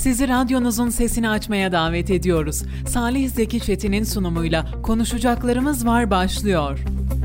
Sizi radyonuzun sesini açmaya davet ediyoruz. Salih Zeki Çetin'in sunumuyla Konuşacaklarımız Var başlıyor.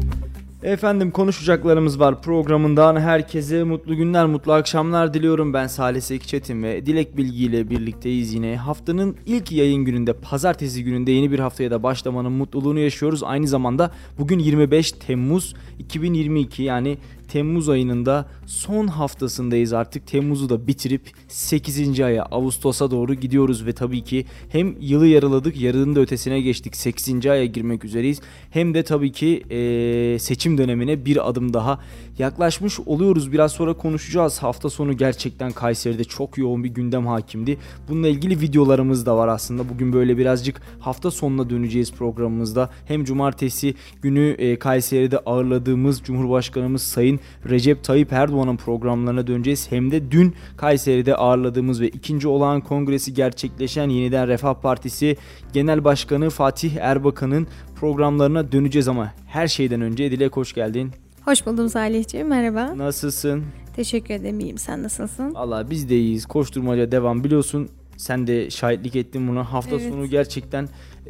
Efendim Konuşacaklarımız Var programından herkese mutlu günler, mutlu akşamlar diliyorum. Ben Salih Zeki Çetin ve Dilek Bilgi ile birlikteyiz yine. Haftanın ilk yayın gününde, pazartesi gününde yeni bir haftaya da başlamanın mutluluğunu yaşıyoruz. Aynı zamanda bugün 25 Temmuz 2022, yani Temmuz ayının da son haftasındayız artık. Temmuz'u da bitirip 8. aya, Ağustos'a doğru gidiyoruz ve tabii ki hem yılı yarıladık, yarının da ötesine geçtik, 8. aya girmek üzereyiz. Hem de tabii ki seçim dönemine bir adım daha yaklaşmış oluyoruz. Biraz sonra konuşacağız. Hafta sonu gerçekten Kayseri'de çok yoğun bir gündem hakimdi. Bununla ilgili videolarımız da var aslında. Bugün böyle birazcık hafta sonuna döneceğiz programımızda. Hem cumartesi günü Kayseri'de ağırladığımız Cumhurbaşkanımız Sayın Recep Tayyip Erdoğan'ın programlarına döneceğiz. Hem de dün Kayseri'de ağırladığımız ve 2. olağan kongresi gerçekleşen Yeniden Refah Partisi Genel Başkanı Fatih Erbakan'ın programlarına döneceğiz ama her şeyden önce Dilek, hoş geldin. Hoş buldum Salihciğim, merhaba. Nasılsın? Teşekkür ederim, iyiyim. Sen nasılsın? Valla biz de iyiyiz. Koşturmaca devam, biliyorsun. Sen de şahitlik ettin buna. Hafta sonu gerçekten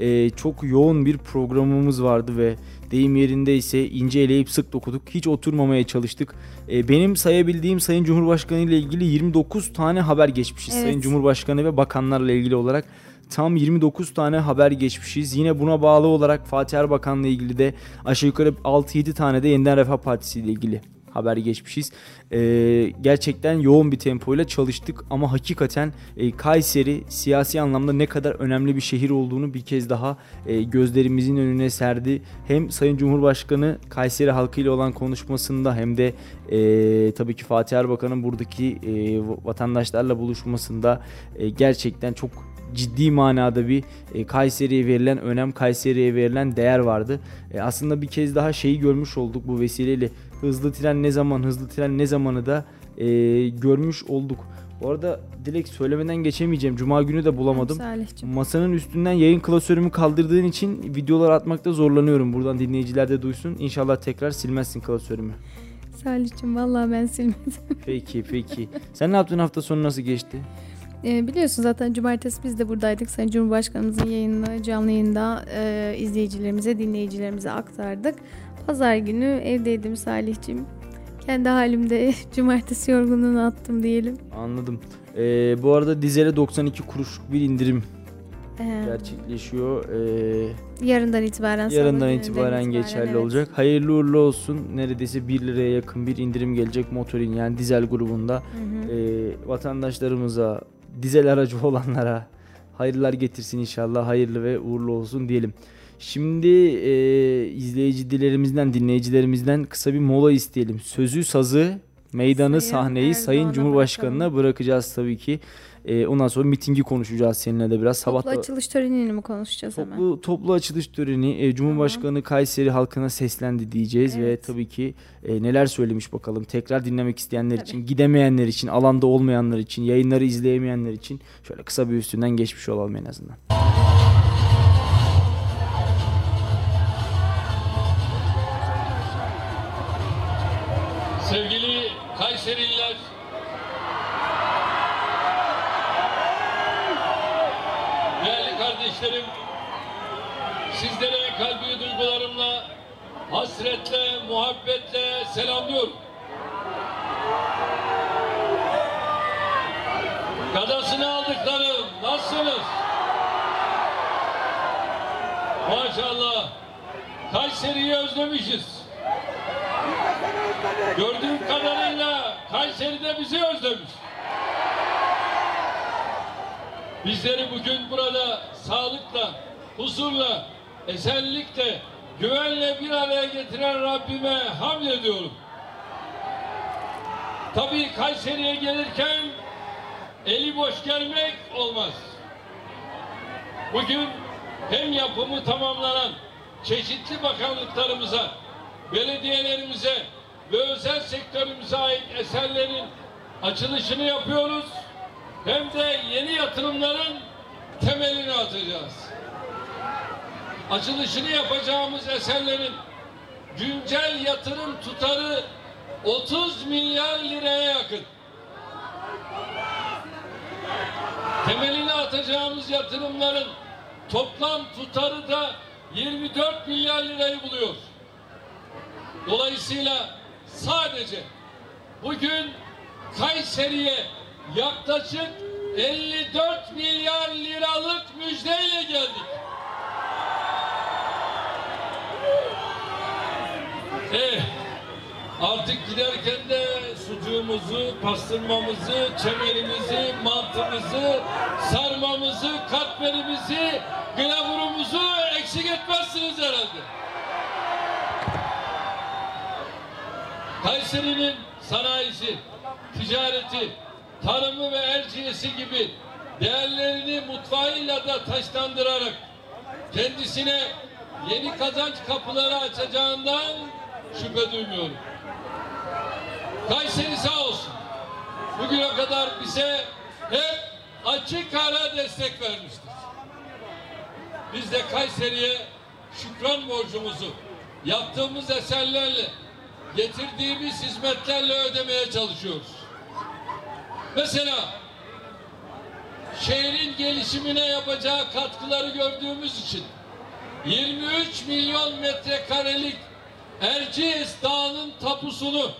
çok yoğun bir programımız vardı ve deyim yerindeyse ince eleyip sık dokuduk. Hiç oturmamaya çalıştık. Benim sayabildiğim Sayın Cumhurbaşkanı ile ilgili 29 tane haber geçmişiz. Evet. Sayın Cumhurbaşkanı ve bakanlarla ilgili olarak tam 29 tane haber geçmişiz. Yine buna bağlı olarak Fatih Erbakan'la ilgili de aşağı yukarı 6-7 tane de Yeniden Refah Partisi ile ilgili haber geçmişiz. Gerçekten yoğun bir tempoyla çalıştık ama hakikaten Kayseri siyasi anlamda ne kadar önemli bir şehir olduğunu bir kez daha gözlerimizin önüne serdi. Hem Sayın Cumhurbaşkanı Kayseri halkıyla olan konuşmasında hem de tabii ki Fatih Erbakan'ın buradaki vatandaşlarla buluşmasında gerçekten çok ciddi manada bir Kayseri'ye verilen önem, Kayseri'ye verilen değer vardı. Aslında bir kez daha şeyi görmüş olduk bu vesileyle. Hızlı tren ne zamanı da görmüş olduk. Bu arada Dilek, söylemeden geçemeyeceğim. Cuma günü de bulamadım. Masanın üstünden yayın klasörümü kaldırdığın için videolar atmakta zorlanıyorum. Buradan dinleyiciler de duysun. İnşallah tekrar silmezsin klasörümü. Salih'cim vallahi ben silmedim. Peki. Sen ne yaptın, hafta sonu nasıl geçti? Biliyorsun zaten cumartesi biz de buradaydık. Sayın Cumhurbaşkanımızın yayınını canlı yayında izleyicilerimize, dinleyicilerimize aktardık. Pazar günü evdeydim Salih'cim. Kendi halimde cumartesi yorgunluğunu attım diyelim. Anladım. Bu arada dizele 92 kuruşluk bir indirim gerçekleşiyor. Yarından itibaren geçerli evet. Olacak. Hayırlı uğurlu olsun. Neredeyse 1 liraya yakın bir indirim gelecek motorin, yani dizel grubunda. Vatandaşlarımıza, dizel aracı olanlara hayırlar getirsin inşallah. Hayırlı ve uğurlu olsun diyelim. Şimdi izleyicilerimizden, dinleyicilerimizden kısa bir mola isteyelim. Sözü, sazı, meydanı, sahneyi Sayın Cumhurbaşkanı'na bırakacağız tabii ki. Ondan sonra mitingi konuşacağız seninle de biraz. Toplu açılış törenini mi konuşacağız hemen? Toplu açılış töreni, Cumhurbaşkanı Kayseri halkına seslendi diyeceğiz ve tabii ki neler söylemiş bakalım. Tekrar dinlemek isteyenler için, gidemeyenler için, alanda olmayanlar için, yayınları izleyemeyenler için şöyle kısa bir üstünden geçmiş olalım en azından. Sevgili Kayserililer, değerli kardeşlerim, sizlere kalbi duygularımla, hasretle, muhabbetle selamlıyorum. Gadasını aldıklarım, nasılsınız? Maşallah, Kayseri'yi özlemişiz. Gördüğüm kadarıyla Kayseri'de bizi özlemiş. Bizleri bugün burada sağlıkla, huzurla, esenlikle, güvenle bir araya getiren Rabbime hamd ediyorum. Tabii Kayseri'ye gelirken eli boş gelmek olmaz. Bugün hem yapımı tamamlanan çeşitli bakanlıklarımıza, belediyelerimize ve özel sektörümüze ait eserlerin açılışını yapıyoruz. Hem de yeni yatırımların temelini atacağız. Açılışını yapacağımız eserlerin güncel yatırım tutarı 30 milyar liraya yakın. Temelini atacağımız yatırımların toplam tutarı da 24 milyar lirayı buluyor. Dolayısıyla sadece bugün Kayseri'ye yaklaşık 54 milyar liralık müjdeyle geldik. Artık giderken de sucuğumuzu, pastırmamızı, çemerimizi, mantımızı, sarmamızı, katmerimizi, glavurumuzu eksik etmezsiniz herhalde. Kayseri'nin sanayisi, ticareti, tarımı ve erciyesi gibi değerlerini mutfağıyla da taşlandırarak kendisine yeni kazanç kapıları açacağından şüphe duymuyorum. Kayseri sağ olsun. Bugüne kadar bize hep açık ara destek vermiştir. Biz de Kayseri'ye şükran borcumuzu yaptığımız eserlerle, getirdiğimiz hizmetlerle ödemeye çalışıyoruz. Mesela şehrin gelişimine yapacağı katkıları gördüğümüz için 23 milyon metrekarelik Erciyes Dağı'nın tapusunu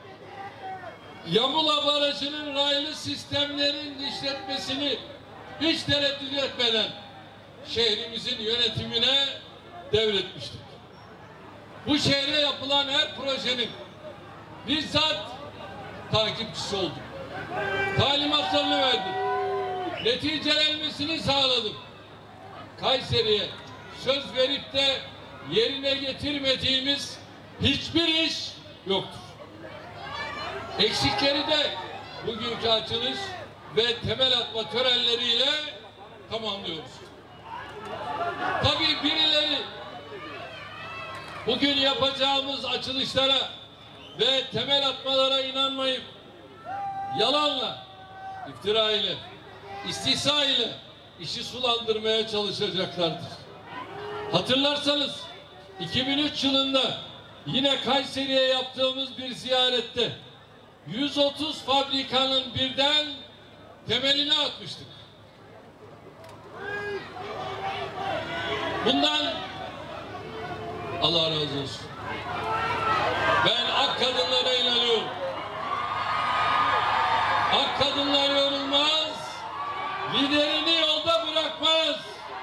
Yamula Barajı'nın raylı sistemlerin işletmesini hiç tereddüt etmeden şehrimizin yönetimine devretmiştik. Bu şehre yapılan her projenin bizzat takipçisi olduk. Talimatlarını verdik. Neticelenmesini sağladık. Kayseri'ye söz verip de yerine getirmediğimiz hiçbir iş yoktur. Eksikleri de bugünkü açılış ve temel atma törenleriyle tamamlıyoruz. Tabii birileri bugün yapacağımız açılışlara ve temel atmalara inanmayıp yalanla, iftira ile, istihza ile işi sulandırmaya çalışacaklardır. Hatırlarsanız 2003 yılında yine Kayseri'ye yaptığımız bir ziyarette 130 fabrikanın birden temelini atmıştık. Bundan Allah razı olsun. Ben ak kadınlara inanıyorum. Ak kadınlar yorulmaz, liderini yolda bırakmaz.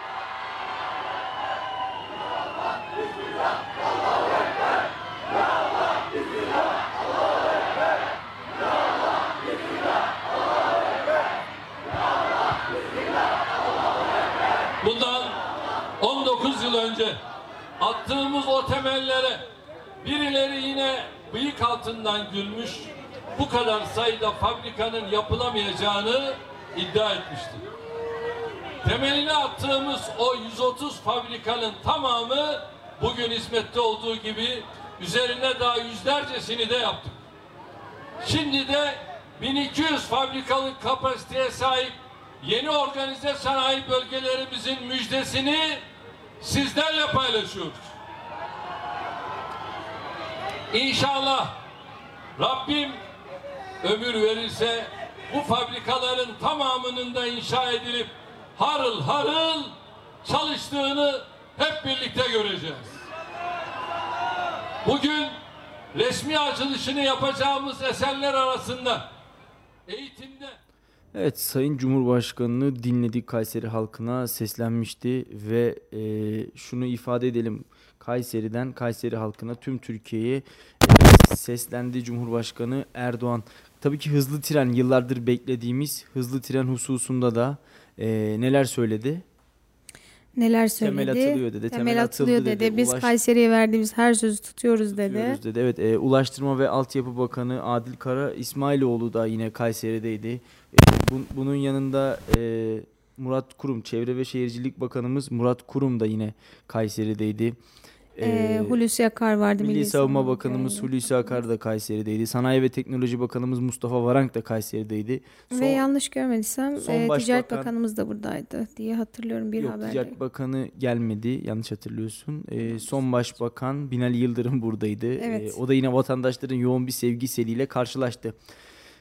Bundan 19 yıl önce attığımız o temellere birileri yine bıyık altından gülmüş, bu kadar sayıda fabrikanın yapılamayacağını iddia etmişti. Temelini attığımız o 130 fabrikanın tamamı bugün hizmette olduğu gibi üzerine daha yüzlercesini de yaptık. Şimdi de 1200 fabrikalık kapasiteye sahip yeni organize sanayi bölgelerimizin müjdesini sizlerle paylaşıyoruz. İnşallah Rabbim ömür verirse bu fabrikaların tamamının da inşa edilip harıl harıl çalıştığını hep birlikte göreceğiz. Bugün resmi açılışını yapacağımız eserler arasında eğitimde... Evet, Sayın Cumhurbaşkanı'nı dinledik, Kayseri halkına seslenmişti ve şunu ifade edelim, Kayseri'den Kayseri halkına, tüm Türkiye'ye seslendi Cumhurbaşkanı Erdoğan. Tabii ki hızlı tren, yıllardır beklediğimiz hızlı tren hususunda da neler söyledi? Neler söyledi? Temel atılıyor dedi. Temel atılıyor dedi. Biz Kayseri'ye verdiğimiz her sözü tutuyoruz dedi. Evet, Ulaştırma ve Altyapı Bakanı Adil Kara İsmailoğlu da yine Kayseri'deydi. Bunun yanında Murat Kurum, Çevre ve Şehircilik Bakanımız Murat Kurum da yine Kayseri'deydi. Hulusi Akar vardı. Milli Savunma Bakanımız Hulusi Akar da Kayseri'deydi. Sanayi ve Teknoloji Bakanımız Mustafa Varank da Kayseri'deydi. Ve yanlış görmediysem Ticaret Bakanımız da buradaydı diye hatırlıyorum bir haberde. Ticaret Bakanı gelmedi, yanlış hatırlıyorsun. Son Başbakan Binali Yıldırım buradaydı. Evet. O da yine vatandaşların yoğun bir sevgi seliyle karşılaştı.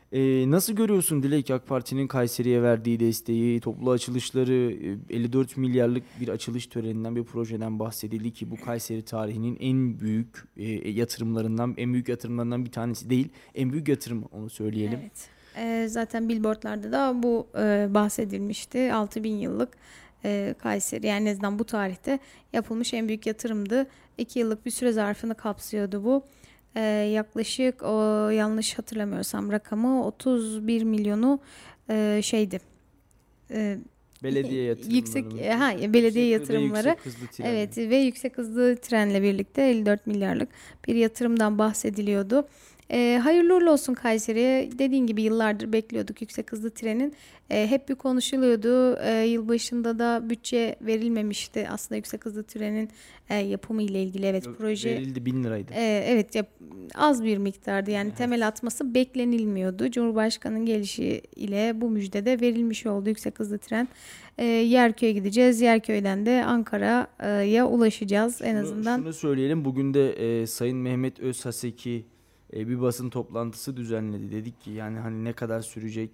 Nasıl görüyorsun Dilek, AK Parti'nin Kayseri'ye verdiği desteği, toplu açılışları, 54 milyarlık bir açılış töreninden, bir projeden bahsedildi ki bu Kayseri tarihinin en büyük yatırımlarından bir tanesi değil, en büyük yatırım, onu söyleyelim. Evet. Zaten billboardlarda da bu bahsedilmişti. 6000 yıllık Kayseri, yani en azından bu tarihte yapılmış en büyük yatırımdı. 2 yıllık bir süre zarfını kapsıyordu bu. Yaklaşık, yanlış hatırlamıyorsam rakamı 31 milyonu şeydi. Belediye yatırımları. Belediye yatırımları. Evet, ve yüksek hızlı trenle birlikte 54 milyarlık bir yatırımdan bahsediliyordu. Hayırlı uğurlu olsun Kayseri'ye. Dediğin gibi yıllardır bekliyorduk yüksek hızlı trenin. Hep bir konuşuluyordu. Yılbaşında da bütçe verilmemişti aslında yüksek hızlı trenin yapımı ile ilgili. Evet, proje verildi, 1000 liraydı. Evet, az bir miktardı. Yani temel atması beklenilmiyordu. Cumhurbaşkanının gelişi ile bu müjde de verilmiş oldu. Yüksek hızlı tren. Yerköy'e gideceğiz. Yerköy'den de Ankara'ya ulaşacağız en azından. Şunu söyleyelim. Bugün de Sayın Mehmet Özhaseki bir basın toplantısı düzenledi. Dedik ki yani hani ne kadar sürecek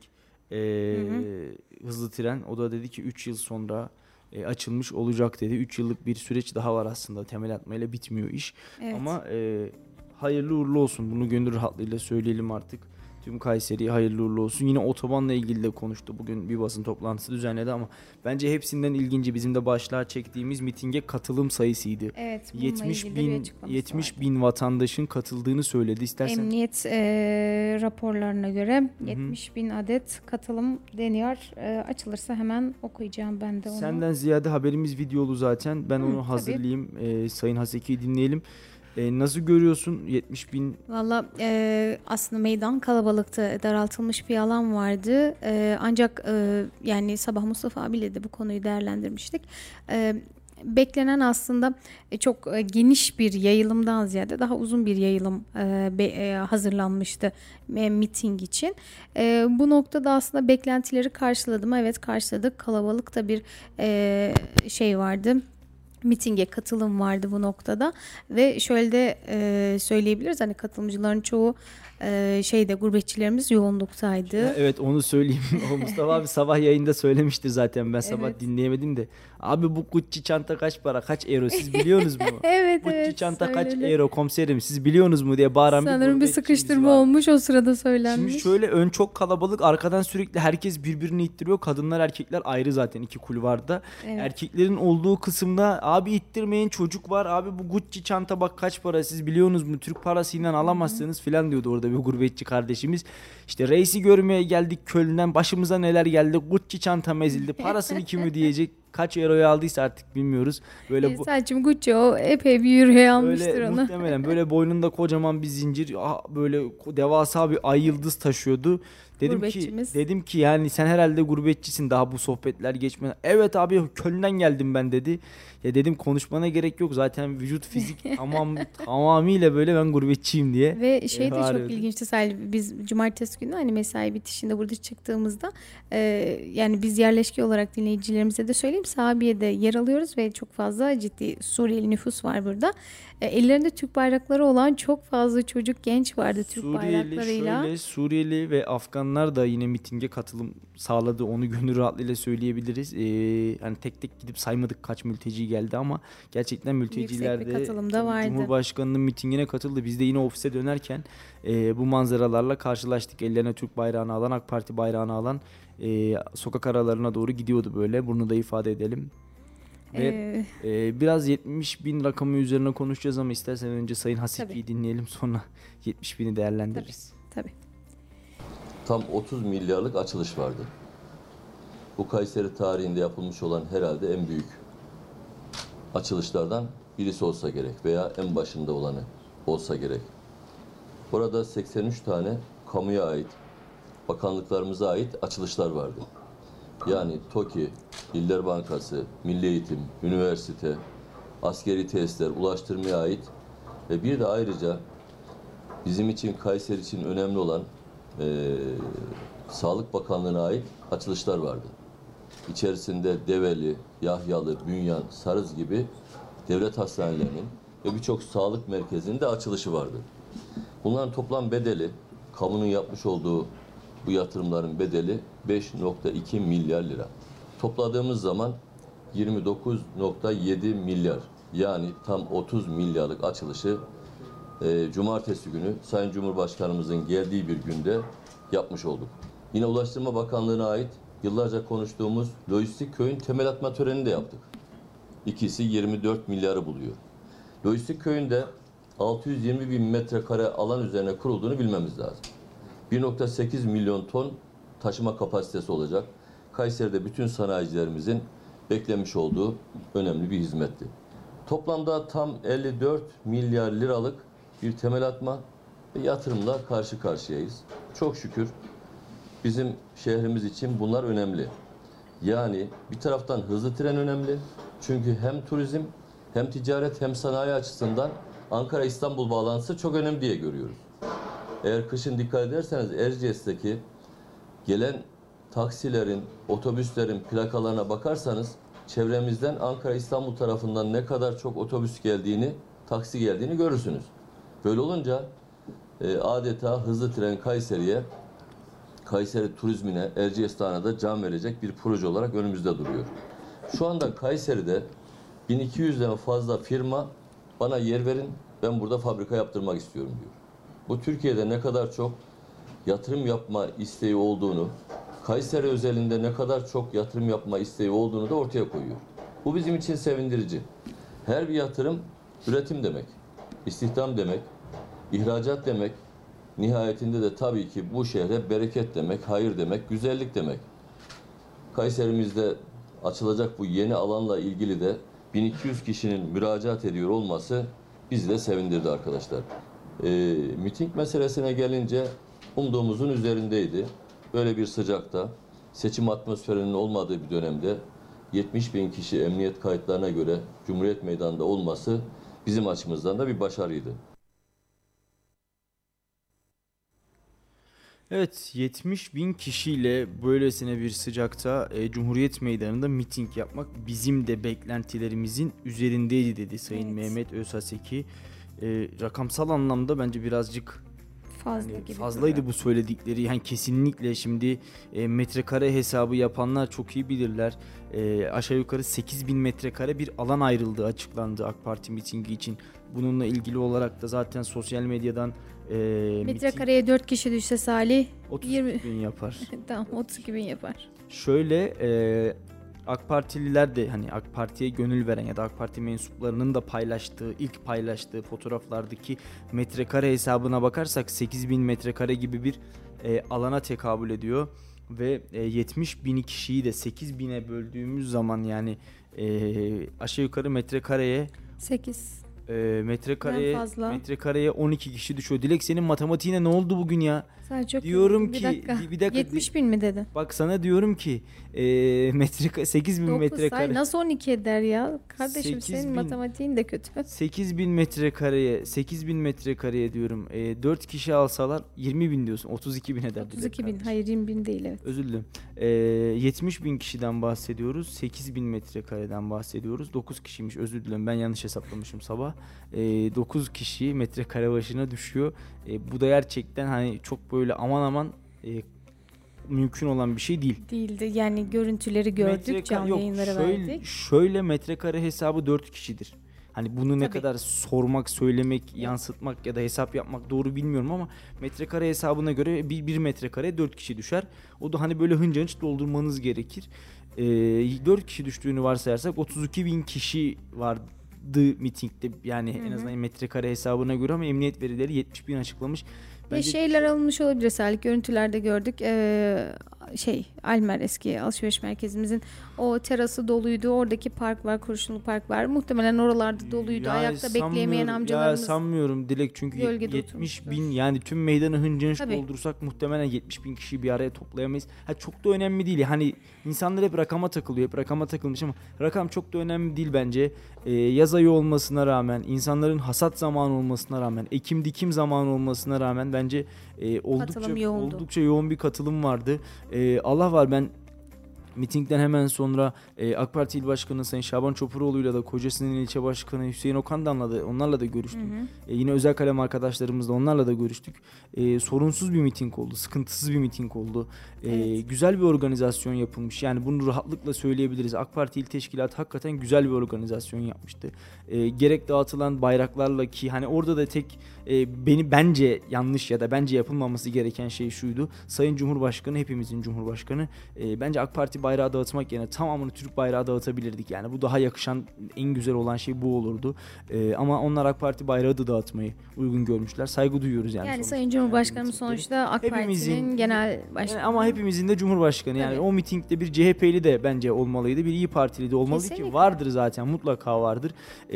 hızlı tren. O da dedi ki 3 yıl sonra açılmış olacak dedi. 3 yıllık bir süreç daha var aslında. Temel atmayla bitmiyor iş. Evet. Ama hayırlı uğurlu olsun. Bunu gönül rahatlığıyla söyleyelim artık. Tüm Kayseri'ye hayırlı uğurlu olsun. Yine otobanla ilgili de konuştu. Bugün bir basın toplantısı düzenledi ama bence hepsinden ilginci bizim de başlığa çektiğimiz mitinge katılım sayısıydı. Evet, 70 bin vatandaşın katıldığını söyledi. İstersen Emniyet raporlarına göre 70 bin adet katılım deniyor. Açılırsa hemen okuyacağım ben de onu. Senden ziyade haberimiz videolu zaten. Ben onu hazırlayayım. Sayın Haseki'yi dinleyelim. Nasıl görüyorsun 70 bin? Valla aslında meydan kalabalıktı. Daraltılmış bir alan vardı. Ancak yani sabah Mustafa abiyle de bu konuyu değerlendirmiştik. Beklenen aslında çok geniş bir yayılımdan ziyade daha uzun bir yayılım hazırlanmıştı miting için. Bu noktada aslında beklentileri karşıladı mı? Evet, karşıladık. Kalabalık da bir şey vardı. Mitinge katılım vardı bu noktada ve şöyle de söyleyebiliriz, hani katılımcıların çoğu gurbetçilerimiz yoğunluktaydı. Evet, onu söyleyeyim. O Mustafa abi sabah yayında söylemişti zaten, ben sabah dinleyemedim de. Abi bu Gucci çanta kaç para, kaç euro siz biliyorsunuz mu? Evet, Gucci çanta kaç euro komiserim siz biliyorsunuz mu diye bağıran sanırım bir sıkıştırma olmuş, o sırada söylenmiş. Şimdi şöyle, ön çok kalabalık, arkadan sürekli herkes birbirini ittiriyor. Kadınlar erkekler ayrı zaten, iki kulvarda. Evet. Erkeklerin olduğu kısımda abi ittirmeyin, çocuk var abi, bu Gucci çanta bak kaç para siz biliyorsunuz mu, Türk parasıyla alamazsınız filan diyordu orada bir gurbetçi kardeşimiz. İşte reisi görmeye geldik Köln'den, başımıza neler geldi, Gucci çantam ezildi, parasını kim ödeyecek, kaç euroya aldıysa artık bilmiyoruz. Böyle Selçuk Gucci o epey bir euroya almıştır böyle, onu. Muhtemelen böyle boynunda kocaman bir zincir, böyle devasa bir ay yıldız taşıyordu. Dedim ki yani sen herhalde gurbetçisin, daha bu sohbetler geçmeden. Evet abi Köln'den geldim ben dedi. Ya dedim konuşmana gerek yok zaten, vücut fizik tamamıyla böyle ben gurbetçiyim diye. Ve de çok ilginçti Salih, biz cumartesi günü hani mesai bitişinde burada çıktığımızda yani biz yerleşke olarak dinleyicilerimize de söyleyeyim, Sahabiye'de yer alıyoruz ve çok fazla ciddi Suriyeli nüfus var burada. Ellerinde Türk bayrakları olan çok fazla çocuk, genç vardı Türk bayraklarıyla. Suriyeli ve Afganlar da yine mitinge katılım sağladı. Onu gönül rahatlığıyla söyleyebiliriz. Hani tek tek gidip saymadık kaç mülteci geldi ama gerçekten mülteciler de Cumhurbaşkanı'nın mitingine katıldı. Biz de yine ofise dönerken bu manzaralarla karşılaştık. Ellerine Türk bayrağını alan, AK Parti bayrağını alan sokak aralarına doğru gidiyordu böyle. Bunu da ifade edelim. Ve biraz 70 bin rakamı üzerine konuşacağız ama istersen önce Sayın Haseki'yi dinleyelim, sonra 70 bini değerlendiririz. Tabii. Tam 30 milyarlık açılış vardı. Bu Kayseri tarihinde yapılmış olan herhalde en büyük açılışlardan birisi olsa gerek veya en başında olanı olsa gerek. Burada 83 tane kamuya ait, bakanlıklarımıza ait açılışlar vardı. Yani TOKİ, İller Bankası, Milli Eğitim, üniversite, askeri tesisler, ulaştırmaya ait ve bir de ayrıca bizim için, Kayseri için önemli olan Sağlık Bakanlığı'na ait açılışlar vardı. İçerisinde Develi, Yahyalı, Bünyan, Sarız gibi devlet hastanelerinin ve birçok sağlık merkezinin de açılışı vardı. Bunların toplam bedeli, kamunun yapmış olduğu Bu yatırımların bedeli 5.2 milyar lira. Topladığımız zaman 29.7 milyar, yani tam 30 milyarlık açılışı cumartesi günü Sayın Cumhurbaşkanımızın geldiği bir günde yapmış olduk. Yine Ulaştırma Bakanlığı'na ait yıllarca konuştuğumuz lojistik köyün temel atma törenini de yaptık. İkisi 24 milyarı buluyor. Lojistik köyünde 620 bin metrekare alan üzerine kurulduğunu bilmemiz lazım. 1.8 milyon ton taşıma kapasitesi olacak. Kayseri'de bütün sanayicilerimizin beklemiş olduğu önemli bir hizmetti. Toplamda tam 54 milyar liralık bir temel atma ve yatırımla karşı karşıyayız. Çok şükür bizim şehrimiz için bunlar önemli. Yani bir taraftan hızlı tren önemli. Çünkü hem turizm, hem ticaret, hem sanayi açısından Ankara-İstanbul bağlantısı çok önemli diye görüyoruz. Eğer kışın dikkat ederseniz Erciyes'teki gelen taksilerin, otobüslerin plakalarına bakarsanız çevremizden Ankara-İstanbul tarafından ne kadar çok otobüs geldiğini, taksi geldiğini görürsünüz. Böyle olunca adeta hızlı tren Kayseri'ye, Kayseri turizmine, Erciyes'tana da can verecek bir proje olarak önümüzde duruyor. Şu anda Kayseri'de 1200'den fazla firma bana yer verin, ben burada fabrika yaptırmak istiyorum diyor. Bu Türkiye'de ne kadar çok yatırım yapma isteği olduğunu, Kayseri özelinde ne kadar çok yatırım yapma isteği olduğunu da ortaya koyuyor. Bu bizim için sevindirici. Her bir yatırım üretim demek, istihdam demek, ihracat demek, nihayetinde de tabii ki bu şehre bereket demek, hayır demek, güzellik demek. Kayserimizde açılacak bu yeni alanla ilgili de 1200 kişinin müracaat ediyor olması bizi de sevindirdi arkadaşlar. Miting meselesine gelince umduğumuzun üzerindeydi. Böyle bir sıcakta, seçim atmosferinin olmadığı bir dönemde 70 bin kişi emniyet kayıtlarına göre Cumhuriyet Meydanı'nda olması bizim açımızdan da bir başarıydı. Evet, 70 bin kişiyle böylesine bir sıcakta Cumhuriyet Meydanı'nda miting yapmak bizim de beklentilerimizin üzerindeydi dedi Sayın Mehmet Özhaseki. Rakamsal anlamda bence birazcık fazlaydı bu söyledikleri. Yani kesinlikle şimdi metrekare hesabı yapanlar çok iyi bilirler. Aşağı yukarı 8.000 metrekare bir alan ayrıldığı açıklandı AK Parti mitingi için. Bununla ilgili olarak da zaten sosyal medyadan metrekareye 4 kişi düşse Salih 32 bin yapar. Tamam, 32 bin yapar. Şöyle AK Partililer de hani AK Parti'ye gönül veren ya da AK Parti mensuplarının da ilk paylaştığı fotoğraflardaki metrekare hesabına bakarsak 8.000 metrekare gibi bir alana tekabül ediyor. Ve 70 bin kişiyi de 8.000'e böldüğümüz zaman yani aşağı yukarı metrekareye 8 metrekareye 12 kişi düşüyor. Dilek, senin matematiğine ne oldu bugün ya? Çok diyorum bir ki dakika. 70 bin mi dedi? Bak sana diyorum ki 8 bin metrekare. Nasıl 12 eder ya? Kardeşim 8 senin matematiğin de kötü. 8 bin metrekareye diyorum. 4 kişi alsalar 20 bin diyorsun. 32 bin eder. 32 bin. Hayır 20 bin değil, evet. Özür dilerim. 70 bin kişiden bahsediyoruz. 8 bin metrekareden bahsediyoruz. 9 kişiymiş, özür dilerim. Ben yanlış hesaplamışım sabah. 9 kişi metrekare başına düşüyor. Bu da gerçekten hani çok böyle aman mümkün olan bir şey değil. Değildi. Yani görüntüleri gördük, canlı yayınları verdik. Şöyle metrekare hesabı 4 kişidir. Hani bunu ne kadar sormak, söylemek, yansıtmak ya da hesap yapmak doğru bilmiyorum ama metrekare hesabına göre bir metrekare 4 kişi düşer. O da hani böyle hınca hınç doldurmanız gerekir. 4 kişi düştüğünü varsayarsak 32 bin kişi vardı mitingde, yani en azından metrekare hesabına göre, ama emniyet verileri 70 bin açıklamış. Bence şeyler alınmış olabilir. Sağlık görüntülerde gördük. Almer, eski alışveriş merkezimizin o terası doluydu. Oradaki park var, Kurşunlu Park var. Muhtemelen oralarda doluydu. Ayakta bekleyemeyen amcalarımız. Sanmıyorum Dilek, çünkü 70 bin, yani tüm meydanı hınca hınç doldursak muhtemelen 70 bin kişiyi bir araya toplayamayız. Çok da önemli değil. Hani insanlar hep rakama takılıyor. Hep rakama takılmış ama rakam çok da önemli değil bence. Yaz ayı olmasına rağmen, insanların hasat zamanı olmasına rağmen, ekim dikim zamanı olmasına rağmen bence oldukça yoğun bir katılım vardı. Allah var, ben Mitingden hemen sonra AK Parti İl Başkanı Sayın Şaban Çopuroğlu'yla da Kocasinan İlçe Başkanı Hüseyin Okan'la onlarla da görüştüm. Yine özel kalem arkadaşlarımızla onlarla da görüştük. Sorunsuz bir miting oldu, sıkıntısız bir miting oldu. Güzel bir organizasyon yapılmış. Yani bunu rahatlıkla söyleyebiliriz. AK Parti İl Teşkilatı hakikaten güzel bir organizasyon yapmıştı. Gerek dağıtılan bayraklarla ki hani orada da tek bence yanlış ya da bence yapılmaması gereken şey şuydu. Sayın Cumhurbaşkanı, hepimizin Cumhurbaşkanı, bence AK Parti bayrağı dağıtmak yerine tamamını Türk bayrağı dağıtabilirdik. Yani bu daha yakışan, en güzel olan şey bu olurdu. Ama onlar AK Parti bayrağı da dağıtmayı uygun görmüşler. Saygı duyuyoruz yani. Yani Sayın Cumhurbaşkanımız sonuçta AK Parti'nin genel başkanı. Ama hepimizin de Cumhurbaşkanı. Yani o mitingde bir CHP'li de bence olmalıydı. Bir İYİ Partili de olmalıydı. Kesinlikle. Ki vardır zaten, mutlaka vardır.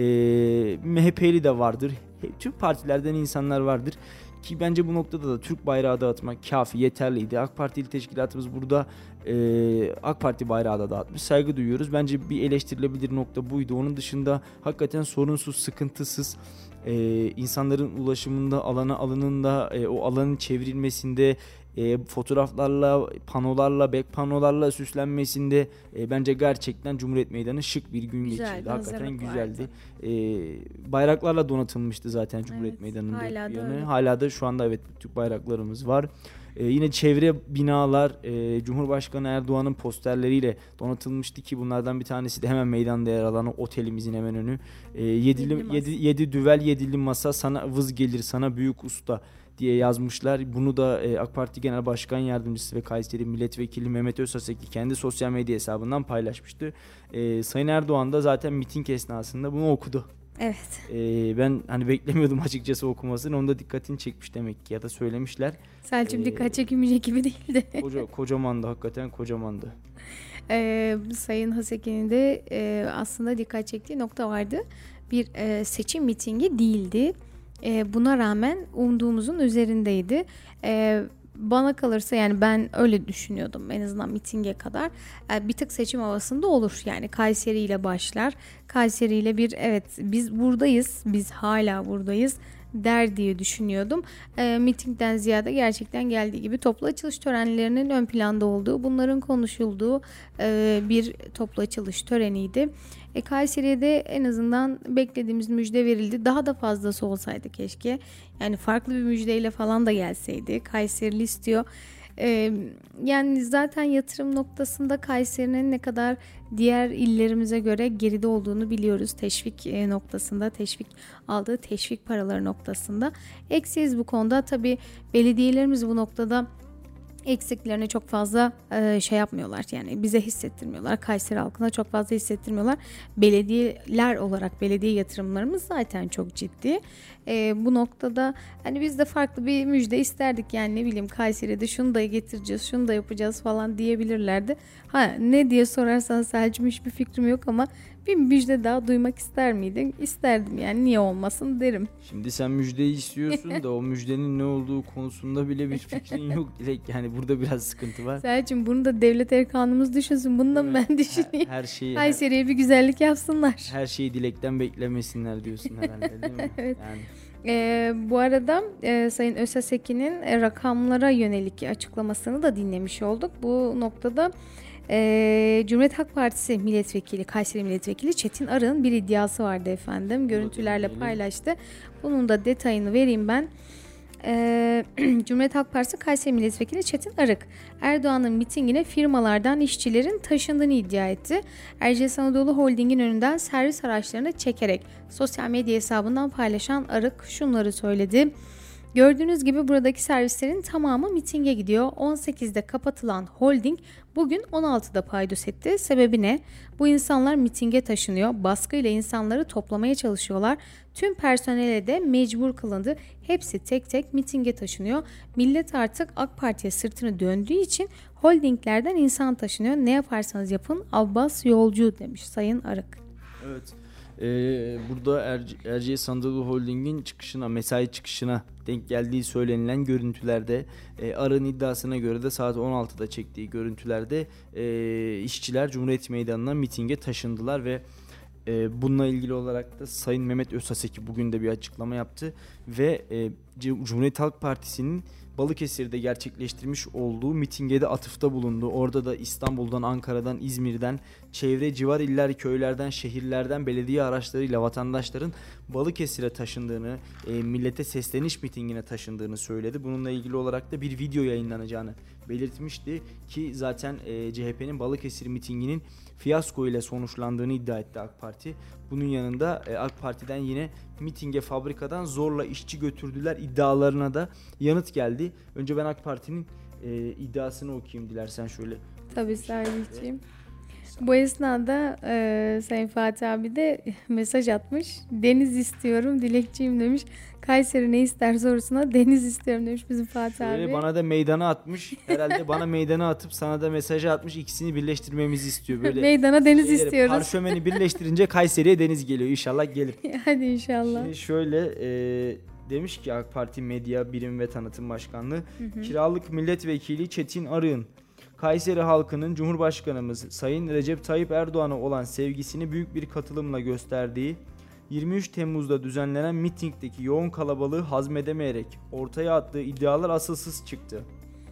MHP'li de vardır. Tüm partilerden insanlar vardır. Ki bence bu noktada da Türk bayrağı dağıtmak kafi, yeterliydi. AK Parti İl Teşkilatımız burada AK Parti bayrağı da dağıtmış. Saygı duyuyoruz. Bence bir eleştirilebilir nokta buydu. Onun dışında hakikaten sorunsuz, sıkıntısız, insanların ulaşımında, alana alınında, o alanın çevrilmesinde, fotoğraflarla, panolarla, bek panolarla süslenmesinde bence gerçekten Cumhuriyet Meydanı şık bir gün geçirdi. Hakikaten güzeldi. Bayraklarla donatılmıştı zaten Cumhuriyet Meydanı'nın hala da şu anda evet Türk bayraklarımız var. Yine çevre binalar Cumhurbaşkanı Erdoğan'ın posterleriyle donatılmıştı ki bunlardan bir tanesi de hemen meydanda yer alan otelimizin hemen önü. 7 düvel 7'li masa, sana vız gelir sana büyük usta diye yazmışlar. Bunu da AK Parti Genel Başkan Yardımcısı ve Kayseri Milletvekili Mehmet Özsaseki kendi sosyal medya hesabından paylaşmıştı. Sayın Erdoğan da zaten miting esnasında bunu okudu. Evet. Ben hani beklemiyordum açıkçası okumasını. Onda dikkatini çekmiş demek ki ya da söylemişler. Selçuk dikkat çekilmeyecek gibi değildi. Kocamandı, hakikaten kocamandı. Sayın Haseki'nin de aslında dikkat çektiği nokta vardı. Bir seçim mitingi değildi. Buna rağmen umduğumuzun üzerindeydi. Bana kalırsa yani ben öyle düşünüyordum en azından mitinge kadar. Bir tık seçim havasında olur. Yani Kayseri ile başlar. Kayseri ile bir evet biz buradayız, biz hala buradayız der diye düşünüyordum. Mitingden ziyade gerçekten geldiği gibi toplu açılış törenlerinin ön planda olduğu, bunların konuşulduğu bir toplu açılış töreniydi. Kayseri'ye de en azından beklediğimiz müjde verildi. Daha da fazlası olsaydı keşke. Yani farklı bir müjdeyle falan da gelseydi. Kayserili istiyor. Yani zaten yatırım noktasında Kayseri'nin ne kadar diğer illerimize göre geride olduğunu biliyoruz. Teşvik noktasında, aldığı teşvik paraları noktasında. Eksiyiz bu konuda. Tabii belediyelerimiz bu noktada eksiklerini çok fazla şey yapmıyorlar. Yani bize hissettirmiyorlar. Kayseri halkına çok fazla hissettirmiyorlar. Belediyeler olarak belediye yatırımlarımız zaten çok ciddi. Bu noktada hani biz de farklı bir müjde isterdik. Yani ne bileyim Kayseri'de şunu da getireceğiz, şunu da yapacağız falan diyebilirlerdi. Ne diye sorarsan Selçuk'um hiçbir fikrim yok ama bir müjde daha duymak ister miydin? İsterdim yani, niye olmasın derim. Şimdi sen müjdeyi istiyorsun da o müjdenin ne olduğu konusunda bile bir fikrin yok Dilek. Yani burada biraz sıkıntı var. Selçuk'um bunu da devlet erkanımız düşünsün. Bunu da ben düşüneyim. Her şeyi Kayseri'ye bir güzellik yapsınlar. Her şeyi Dilek'ten beklemesinler diyorsun herhalde değil mi? Evet. Yani. Bu arada Sayın Özsaseki'nin rakamlara yönelik açıklamasını da dinlemiş olduk. Bu noktada Cumhuriyet Halk Partisi milletvekili, Kayseri milletvekili Çetin Arık'ın bir iddiası vardı efendim. Görüntülerle paylaştı. Bunun da detayını vereyim ben. Cumhuriyet Halk Partisi Kayseri Milletvekili Çetin Arık, Erdoğan'ın mitingine firmalardan işçilerin taşındığını iddia etti. Erciyes Anadolu Holding'in önünden servis araçlarını çekerek sosyal medya hesabından paylaşan Arık şunları söyledi. Gördüğünüz gibi buradaki servislerin tamamı mitinge gidiyor. 18'de kapatılan holding bugün 16'da paydos etti. Sebebi ne? Bu insanlar mitinge taşınıyor. Baskıyla insanları toplamaya çalışıyorlar. Tüm personele de mecbur kılındı. Hepsi tek tek mitinge taşınıyor. Millet artık AK Parti'ye sırtını döndüğü için holdinglerden insan taşınıyor. Ne yaparsanız yapın Abbas yolcu demiş Sayın Arık. Evet. Burada Erciyes Anadolu Holding'in çıkışına, mesai çıkışına denk geldiği söylenilen görüntülerde, Arık'ın iddiasına göre de saat 16'da çektiği görüntülerde işçiler Cumhuriyet Meydanı'na mitinge taşındılar ve bununla ilgili olarak da Sayın Mehmet Özsaseki bugün de bir açıklama yaptı ve Cumhuriyet Halk Partisi'nin Balıkesir'de gerçekleştirmiş olduğu mitinge de atıfta bulundu. Orada da İstanbul'dan, Ankara'dan, İzmir'den, çevre civar iller, köylerden, şehirlerden belediye araçlarıyla vatandaşların Balıkesir'e taşındığını, millete sesleniş mitingine taşındığını söyledi. Bununla ilgili olarak da bir video yayınlanacağını belirtmişti ki zaten CHP'nin Balıkesir mitinginin fiyasko ile sonuçlandığını iddia etti AK Parti. Bunun yanında AK Parti'den yine mitinge fabrikadan zorla işçi götürdüler iddialarına da yanıt geldi. Önce ben AK Parti'nin iddiasını okuyayım dilersen şöyle. Tabii Salih'ciğim. Bu esnada Sayın Fatih abi de mesaj atmış. Deniz istiyorum, dilekçiyim demiş. Kayseri ne ister sorusuna deniz istiyorum demiş bizim Fatih şöyle abi. Bana da meydana atmış. Herhalde bana meydana atıp sana da mesajı atmış. İkisini birleştirmemizi istiyor. Böyle Meydana deniz istiyoruz. Parşömeni birleştirince Kayseri'ye deniz geliyor. İnşallah gelir. Hadi inşallah. Şimdi şöyle demiş ki AK Parti Medya Birim ve Tanıtım Başkanlığı Kiralık Milletvekili Çetin Arık'ın Kayseri halkının Cumhurbaşkanımız Sayın Recep Tayyip Erdoğan'a olan sevgisini büyük bir katılımla gösterdiği 23 Temmuz'da düzenlenen mitingdeki yoğun kalabalığı hazmedemeyerek ortaya attığı iddialar asılsız çıktı.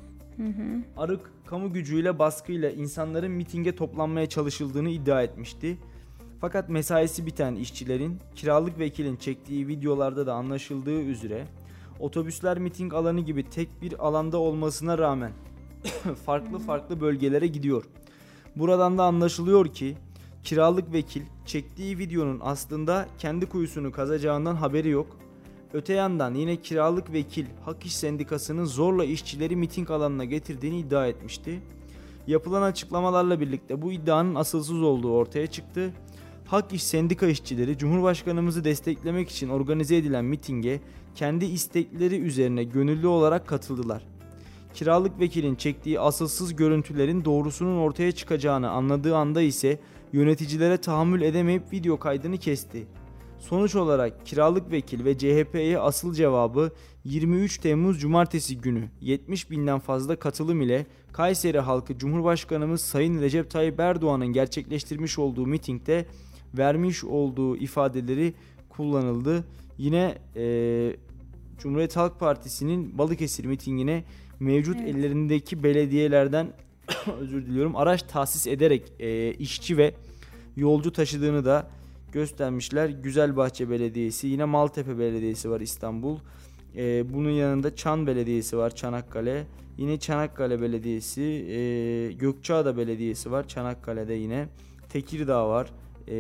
Arık, kamu gücüyle baskıyla insanların mitinge toplanmaya çalışıldığını iddia etmişti. Fakat mesaisi biten işçilerin kiralık vekilin çektiği videolarda da anlaşıldığı üzere otobüsler miting alanı gibi tek bir alanda olmasına rağmen farklı bölgelere gidiyor. Buradan da anlaşılıyor ki kiralık vekil çektiği videonun aslında kendi kuyusunu kazacağından haberi yok. Öte yandan yine kiralık vekil Hak İş Sendikası'nın zorla işçileri miting alanına getirdiğini iddia etmişti. Yapılan açıklamalarla birlikte bu iddianın asılsız olduğu ortaya çıktı. Hak İş Sendika işçileri Cumhurbaşkanımızı desteklemek için organize edilen mitinge kendi istekleri üzerine gönüllü olarak katıldılar. Kiralık vekilin çektiği asılsız görüntülerin doğrusunun ortaya çıkacağını anladığı anda ise yöneticilere tahammül edemeyip video kaydını kesti. Sonuç olarak kiralık vekil ve CHP'ye asıl cevabı 23 Temmuz Cumartesi günü 70 binden fazla katılım ile Kayseri halkı Cumhurbaşkanımız Sayın Recep Tayyip Erdoğan'ın gerçekleştirmiş olduğu mitingde vermiş olduğu ifadeleri kullanıldı. Yine Cumhuriyet Halk Partisi'nin Balıkesir mitingine mevcut ellerindeki belediyelerden özür diliyorum araç tahsis ederek işçi ve yolcu taşıdığını da göstermişler. Güzelbahçe Belediyesi, yine Maltepe Belediyesi var İstanbul. Bunun yanında Çan Belediyesi var Çanakkale. Yine Çanakkale Belediyesi, Gökçeada Belediyesi var Çanakkale'de yine. Tekirdağ var.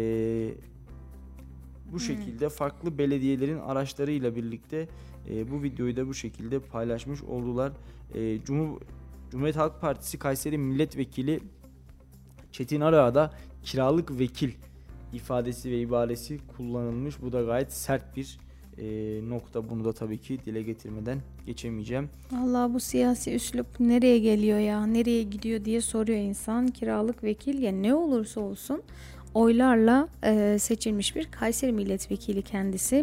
Bu şekilde farklı belediyelerin araçlarıyla birlikte bu videoyu da bu şekilde paylaşmış oldular. Cumhuriyet Halk Partisi Kayseri Milletvekili Çetin Arık'a da kiralık vekil ifadesi ve ibaresi kullanılmış. Bu da gayet sert bir nokta. Bunu da tabii ki dile getirmeden geçemeyeceğim. Vallahi bu siyasi üslup nereye geliyor ya, nereye gidiyor diye soruyor insan. Kiralık vekil ya ne olursa olsun oylarla seçilmiş bir Kayseri milletvekili kendisi.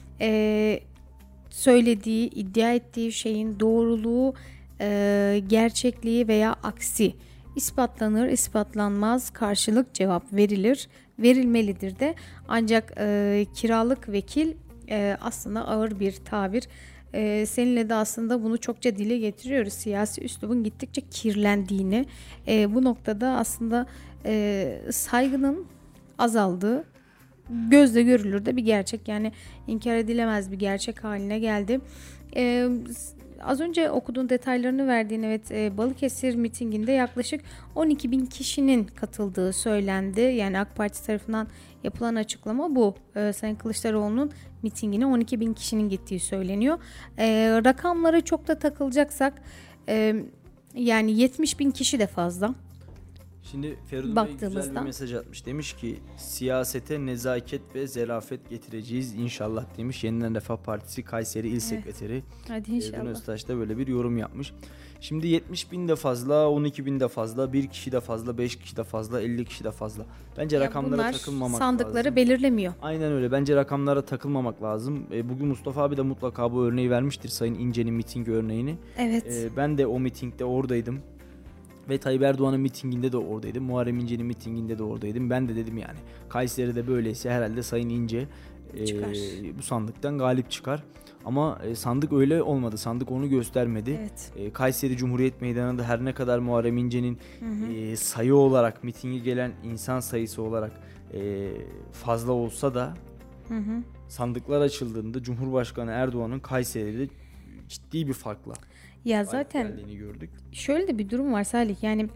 Söylediği, iddia ettiği şeyin doğruluğu, gerçekliği veya aksi ispatlanır, ispatlanmaz, karşılık cevap verilir, verilmelidir de. Ancak kiralık vekil aslında ağır bir tabir. Seninle de aslında bunu çokça dile getiriyoruz. Siyasi üslubun gittikçe kirlendiğini, bu noktada aslında saygının azaldığı gözle görülür de bir gerçek. Yani inkar edilemez bir gerçek haline geldi. Az önce okuduğun detaylarını verdiğin Balıkesir mitinginde yaklaşık 12.000 kişinin katıldığı söylendi. Yani AK Parti tarafından yapılan açıklama bu. Sayın Kılıçdaroğlu'nun mitingine 12.000 kişinin gittiği söyleniyor. Rakamlara çok da takılacaksak yani 70.000 kişi de fazla. Şimdi Feridun Bey güzel bir mesaj atmış. Demiş ki siyasete nezaket ve zarafet getireceğiz inşallah demiş. Yeniden Refah Partisi Kayseri İl Sekreteri. Hadi inşallah. Feridun Öztaş da böyle bir yorum yapmış. Şimdi 70.000 de fazla, 12.000 de fazla, 1 kişi de fazla, 5 kişi de fazla, 50 kişi de fazla. Bence rakamlara takılmamak lazım. Sandıkları belirlemiyor. Aynen öyle. Bence rakamlara takılmamak lazım. Bugün Mustafa abi de mutlaka bu örneği vermiştir. Sayın İnce'nin miting örneğini. Evet. Ben de o mitingde oradaydım. Ve Tayyip Erdoğan'ın mitinginde de oradaydım. Muharrem İnce'nin mitinginde de oradaydım. Ben de dedim yani Kayseri'de böyleyse herhalde Sayın İnce bu sandıktan galip çıkar. Ama sandık öyle olmadı. Sandık onu göstermedi. Evet. Kayseri Cumhuriyet Meydanı'nda her ne kadar Muharrem İnce'nin sayı olarak, mitinge gelen insan sayısı olarak fazla olsa da sandıklar açıldığında Cumhurbaşkanı Erdoğan'ın Kayseri'de ciddi bir farkla Ya zaten geldiğini gördük. şöyle de bir durum var Salih. Yani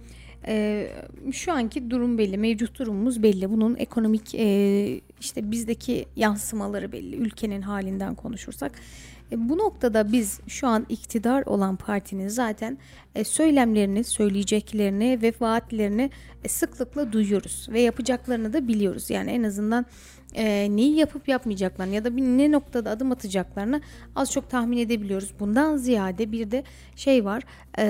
şu anki durum belli, mevcut durumumuz belli. Bunun ekonomik işte bizdeki yansımaları belli. Ülkenin halinden konuşursak. Bu noktada biz şu an iktidar olan partinin zaten söylemlerini, söyleyeceklerini ve vaatlerini sıklıkla duyuyoruz ve yapacaklarını da biliyoruz. Yani en azından neyi yapıp yapmayacaklarını ya da ne noktada adım atacaklarını az çok tahmin edebiliyoruz. Bundan ziyade bir de şey var.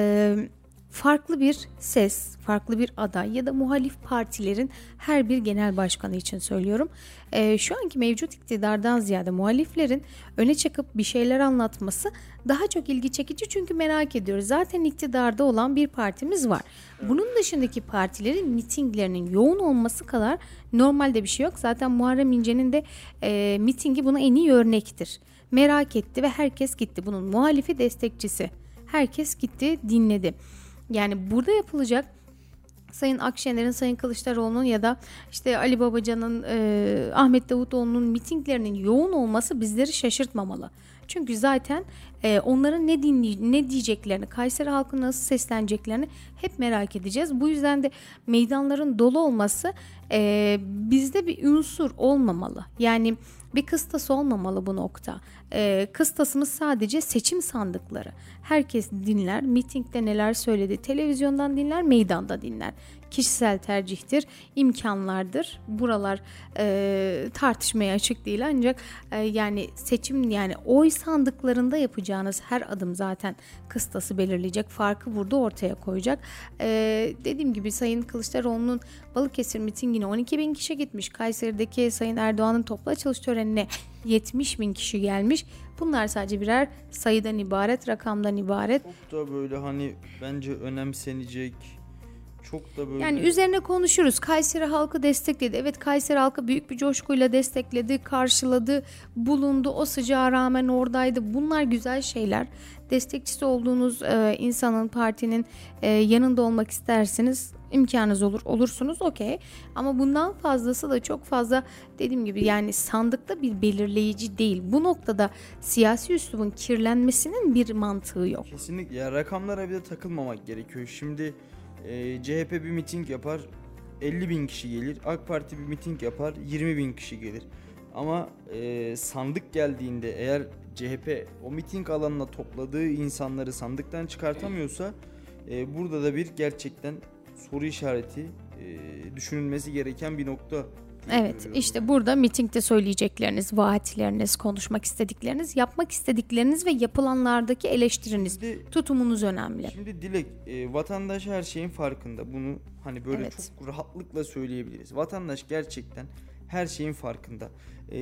Farklı bir ses, farklı bir aday ya da muhalif partilerin her bir genel başkanı için söylüyorum. Şu anki mevcut iktidardan ziyade muhaliflerin öne çıkıp bir şeyler anlatması daha çok ilgi çekici çünkü merak ediyoruz. Zaten iktidarda olan bir partimiz var. Bunun dışındaki partilerin mitinglerinin yoğun olması kadar normalde bir şey yok. Zaten Muharrem İnce'nin de mitingi buna en iyi örnektir. Merak etti ve herkes gitti. Bunun muhalifi destekçisi. Herkes gitti, dinledi. Yani burada yapılacak Sayın Akşener'in, Sayın Kılıçdaroğlu'nun ya da işte Ali Babacan'ın, Ahmet Davutoğlu'nun mitinglerinin yoğun olması bizleri şaşırtmamalı. Çünkü zaten onların ne diyeceklerini, Kayseri halkı nasıl sesleneceklerini hep merak edeceğiz. Bu yüzden de meydanların dolu olması bizde bir unsur olmamalı. Yani bir kıstas olmamalı bu nokta. Kıstasımız sadece seçim sandıkları. Herkes dinler, mitingde neler söyledi, televizyondan dinler, meydanda dinler. Kişisel tercihtir, imkanlardır. Buralar tartışmaya açık değil ancak yani seçim yani oy sandıklarında yapacağınız her adım zaten kıstası belirleyecek. Farkı burada ortaya koyacak. Dediğim gibi Sayın Kılıçdaroğlu'nun Balıkesir mitingine 12.000 kişi gitmiş. Kayseri'deki Sayın Erdoğan'ın toplu açılış törenine 70.000 kişi gelmiş. Bunlar sadece birer sayıdan ibaret, rakamdan ibaret. Çok da böyle hani bence önemsenecek, çok da böyle... Yani üzerine konuşuruz. Kayseri halkı destekledi. Evet, Kayseri halkı büyük bir coşkuyla destekledi, karşıladı, bulundu. O sıcağa rağmen oradaydı. Bunlar güzel şeyler. Destekçisi olduğunuz insanın, partinin yanında olmak isterseniz imkanınız olursunuz, okey. Ama bundan fazlası da çok fazla, dediğim gibi yani sandıkta bir belirleyici değil. Bu noktada siyasi üslubun kirlenmesinin bir mantığı yok. Kesinlikle ya, rakamlara bir de takılmamak gerekiyor. Şimdi CHP bir miting yapar, 50.000 kişi gelir. AK Parti bir miting yapar, 20.000 kişi gelir. Ama sandık geldiğinde eğer CHP o miting alanına topladığı insanları sandıktan çıkartamıyorsa burada da bir gerçekten soru işareti, düşünülmesi gereken bir nokta. Evet, işte burada mitingde söyleyecekleriniz, vaatleriniz, konuşmak istedikleriniz, yapmak istedikleriniz ve yapılanlardaki eleştiriniz, tutumunuz önemli. Şimdi Dilek, vatandaş her şeyin farkında. Bunu hani böyle Evet. çok rahatlıkla söyleyebiliriz. Vatandaş gerçekten her şeyin farkında.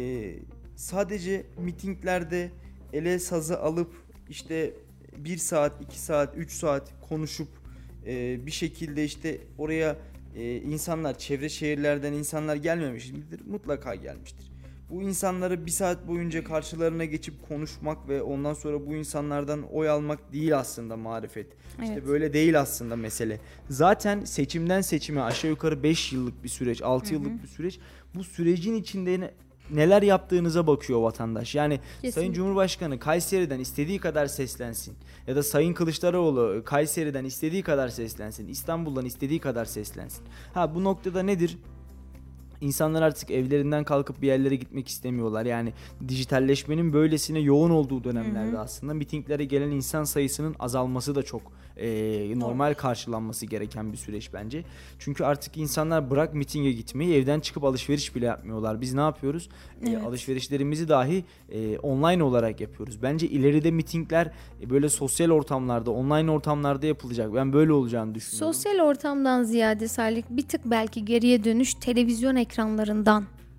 Sadece mitinglerde ele sazı alıp işte 1 saat, 2 saat, 3 saat konuşup bir şekilde işte oraya insanlar, çevre şehirlerden insanlar gelmemiş midir? Mutlaka gelmiştir. Bu insanları 1 saat boyunca karşılarına geçip konuşmak ve ondan sonra bu insanlardan oy almak değil aslında marifet. Evet. İşte böyle değil aslında mesele. Zaten seçimden seçime aşağı yukarı 5 yıllık bir süreç, 6 yıllık bir süreç. Bu sürecin içinde neler yaptığınıza bakıyor vatandaş. Yani Kesinlikle. Sayın Cumhurbaşkanı Kayseri'den istediği kadar seslensin. Ya da Sayın Kılıçdaroğlu Kayseri'den istediği kadar seslensin. İstanbul'dan istediği kadar seslensin. Bu noktada nedir? İnsanlar artık evlerinden kalkıp bir yerlere gitmek istemiyorlar. Yani dijitalleşmenin böylesine yoğun olduğu dönemlerde aslında mitinglere gelen insan sayısının azalması da çok normal karşılanması gereken bir süreç bence. Çünkü artık insanlar bırak mitinge gitmeyi, evden çıkıp alışveriş bile yapmıyorlar. Biz ne yapıyoruz? Evet. Alışverişlerimizi dahi online olarak yapıyoruz. Bence ileride mitingler böyle sosyal ortamlarda, online ortamlarda yapılacak. Ben böyle olacağını düşünüyorum. Sosyal ortamdan ziyade Salih, bir tık belki geriye dönüş televizyon ekranlarından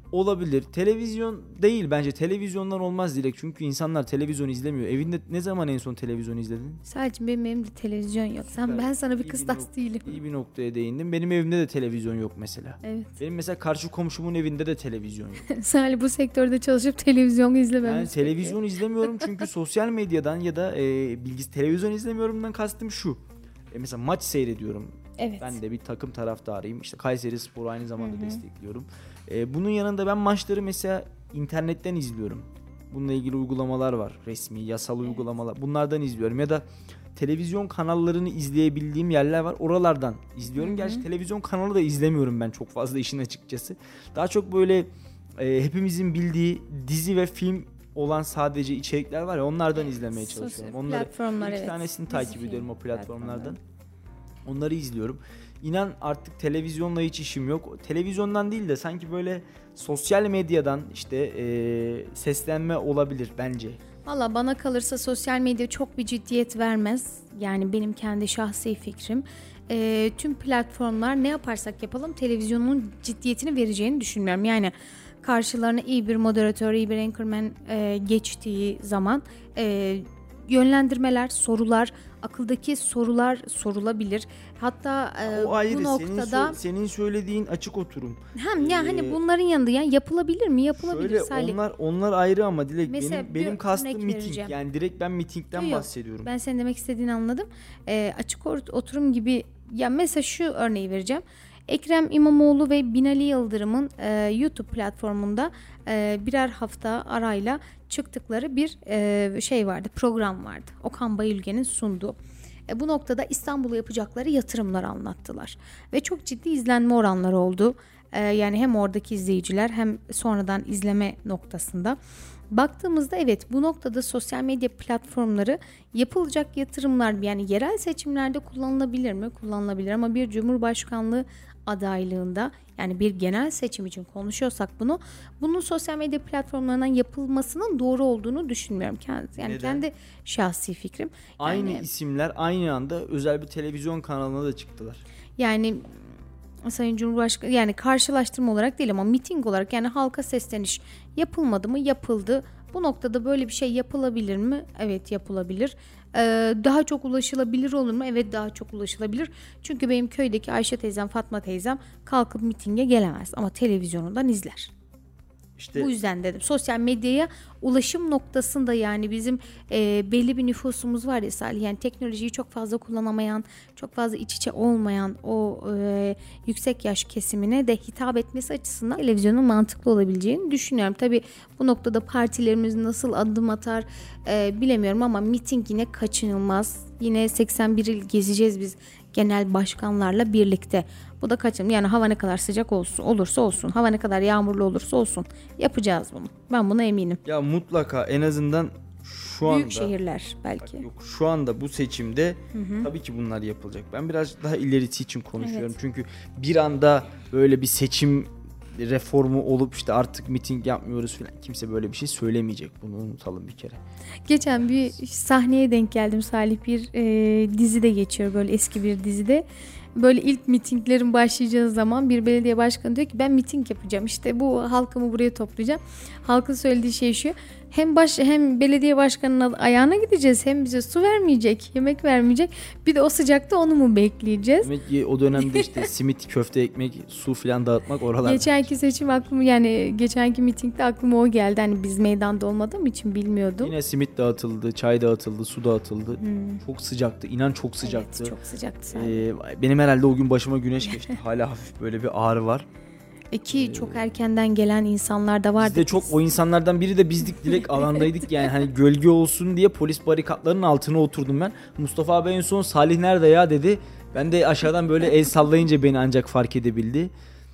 Olabilir. Televizyon değil bence. Televizyondan olmaz direkt. Çünkü insanlar televizyon izlemiyor. Evinde ne zaman en son televizyon izledin? Sadece benim evimde televizyon yok. Ben sana bir kıstas değilim. İyi bir noktaya değindim. Benim evimde de televizyon yok mesela. Evet. Benim mesela karşı komşumun evinde de televizyon yok. Salih bu sektörde çalışıp televizyon izlememiz. Ben televizyon izlemiyorum çünkü sosyal medyadan ya da televizyon izlemiyorumdan kastım şu. Mesela maç seyrediyorum. Evet. Ben de bir takım taraftarıyım. İşte Kayserispor'u aynı zamanda destekliyorum. Bunun yanında ben maçları mesela internetten izliyorum. Bununla ilgili uygulamalar var. Resmi, yasal uygulamalar. Bunlardan izliyorum. Ya da televizyon kanallarını izleyebildiğim yerler var. Oralardan izliyorum. Gerçi televizyon kanalı da izlemiyorum ben çok fazla işin açıkçası. Daha çok böyle hepimizin bildiği dizi ve film olan sadece içerikler var ya, onlardan izlemeye çalışıyorum. Onları, iki tanesini takip ediyorum o platformlardan. Onları izliyorum. İnan artık televizyonla hiç işim yok. Televizyondan değil de sanki böyle sosyal medyadan işte seslenme olabilir bence. Valla bana kalırsa sosyal medya çok bir ciddiyet vermez. Yani benim kendi şahsi fikrim. Tüm platformlar ne yaparsak yapalım televizyonun ciddiyetini vereceğini düşünmüyorum. Yani karşılarına iyi bir moderatör, iyi bir anchorman geçtiği zaman yönlendirmeler, sorular, akıldaki sorular sorulabilir. Hatta o ayrı, bu noktada senin söylediğin açık oturum. Hani bunların yanında yani yapılabilir mi? Yapılabilir Salih. Onlar ayrı ama Dilek, mesela benim kastım miting. Vereceğim. Yani direkt ben mitingden bahsediyorum. Ben senin demek istediğini anladım. Açık oturum gibi, ya mesela şu örneği vereceğim. Ekrem İmamoğlu ve Binali Yıldırım'ın YouTube platformunda birer hafta arayla çıktıkları bir şey vardı, program vardı. Okan Bayülgen'in sunduğu. Bu noktada İstanbul'a yapacakları yatırımları anlattılar. Ve çok ciddi izlenme oranları oldu. Yani hem oradaki izleyiciler hem sonradan izleme noktasında. Baktığımızda evet, bu noktada sosyal medya platformları yapılacak yatırımlar, yani yerel seçimlerde kullanılabilir mi? Kullanılabilir ama bir cumhurbaşkanlığı adaylığında, yani bir genel seçim için konuşuyorsak bunun sosyal medya platformlarından yapılmasının doğru olduğunu düşünmüyorum. Kendi şahsi fikrim. Aynı isimler aynı anda özel bir televizyon kanalına da çıktılar. Yani Sayın Cumhurbaşkanı, yani karşılaştırma olarak değil ama miting olarak, yani halka sesleniş yapılmadı mı? Yapıldı. Bu noktada böyle bir şey yapılabilir mi? Evet, yapılabilir. Daha çok ulaşılabilir olur mu? Evet, daha çok ulaşılabilir. Çünkü benim köydeki Ayşe teyzem, Fatma teyzem kalkıp mitinge gelemez ama televizyonundan izler. İşte bu yüzden dedim. Sosyal medyaya ulaşım noktasında, yani bizim belli bir nüfusumuz var ya Salih. Yani teknolojiyi çok fazla kullanamayan, çok fazla iç içe olmayan o yüksek yaş kesimine de hitap etmesi açısından televizyonun mantıklı olabileceğini düşünüyorum. Tabii bu noktada partilerimiz nasıl adım atar bilemiyorum ama miting yine kaçınılmaz. Yine 81 il gezeceğiz biz genel başkanlarla birlikte. Bu da kaçınılmaz. Yani hava ne kadar sıcak olursa olsun, hava ne kadar yağmurlu olursa olsun yapacağız bunu. Ben buna eminim. Ya mutlaka, en azından şu anda. Büyük şehirler belki. Yok, şu anda bu seçimde tabii ki bunlar yapılacak. Ben biraz daha ilerisi için konuşuyorum. Evet. Çünkü bir anda böyle bir seçim reformu olup işte artık miting yapmıyoruz falan, kimse böyle bir şey söylemeyecek. Bunu unutalım bir kere. Geçen bir sahneye denk geldim Salih, bir dizide geçiyor, böyle eski bir dizide. Böyle ilk mitinglerin başlayacağı zaman bir belediye başkanı diyor ki ben miting yapacağım, işte bu halkımı buraya toplayacağım. Halkın söylediği şey şu: hem belediye başkanının ayağına gideceğiz, hem bize su vermeyecek, yemek vermeyecek, bir de o sıcakta onu mu bekleyeceğiz? Demek ki o dönemde işte simit, köfte, ekmek, su falan dağıtmak oralarda. Geçenki seçim aklıma, yani geçenki mitingde aklıma o geldi. Hani biz meydanda olmadığım için bilmiyordum. Yine simit dağıtıldı, çay dağıtıldı, su dağıtıldı. Çok sıcaktı, inan çok sıcaktı. Evet, çok sıcaktı. Benim herhalde o gün başıma güneş geçti. Hala hafif böyle bir ağrı var. Ki çok erkenden gelen insanlar da vardı. Biz de çok, o insanlardan biri de bizdik, direkt alandaydık yani, hani gölge olsun diye polis barikatlarının altına oturdum ben. Mustafa abi en son Salih nerede ya dedi. Ben de aşağıdan böyle el sallayınca beni ancak fark edebildi.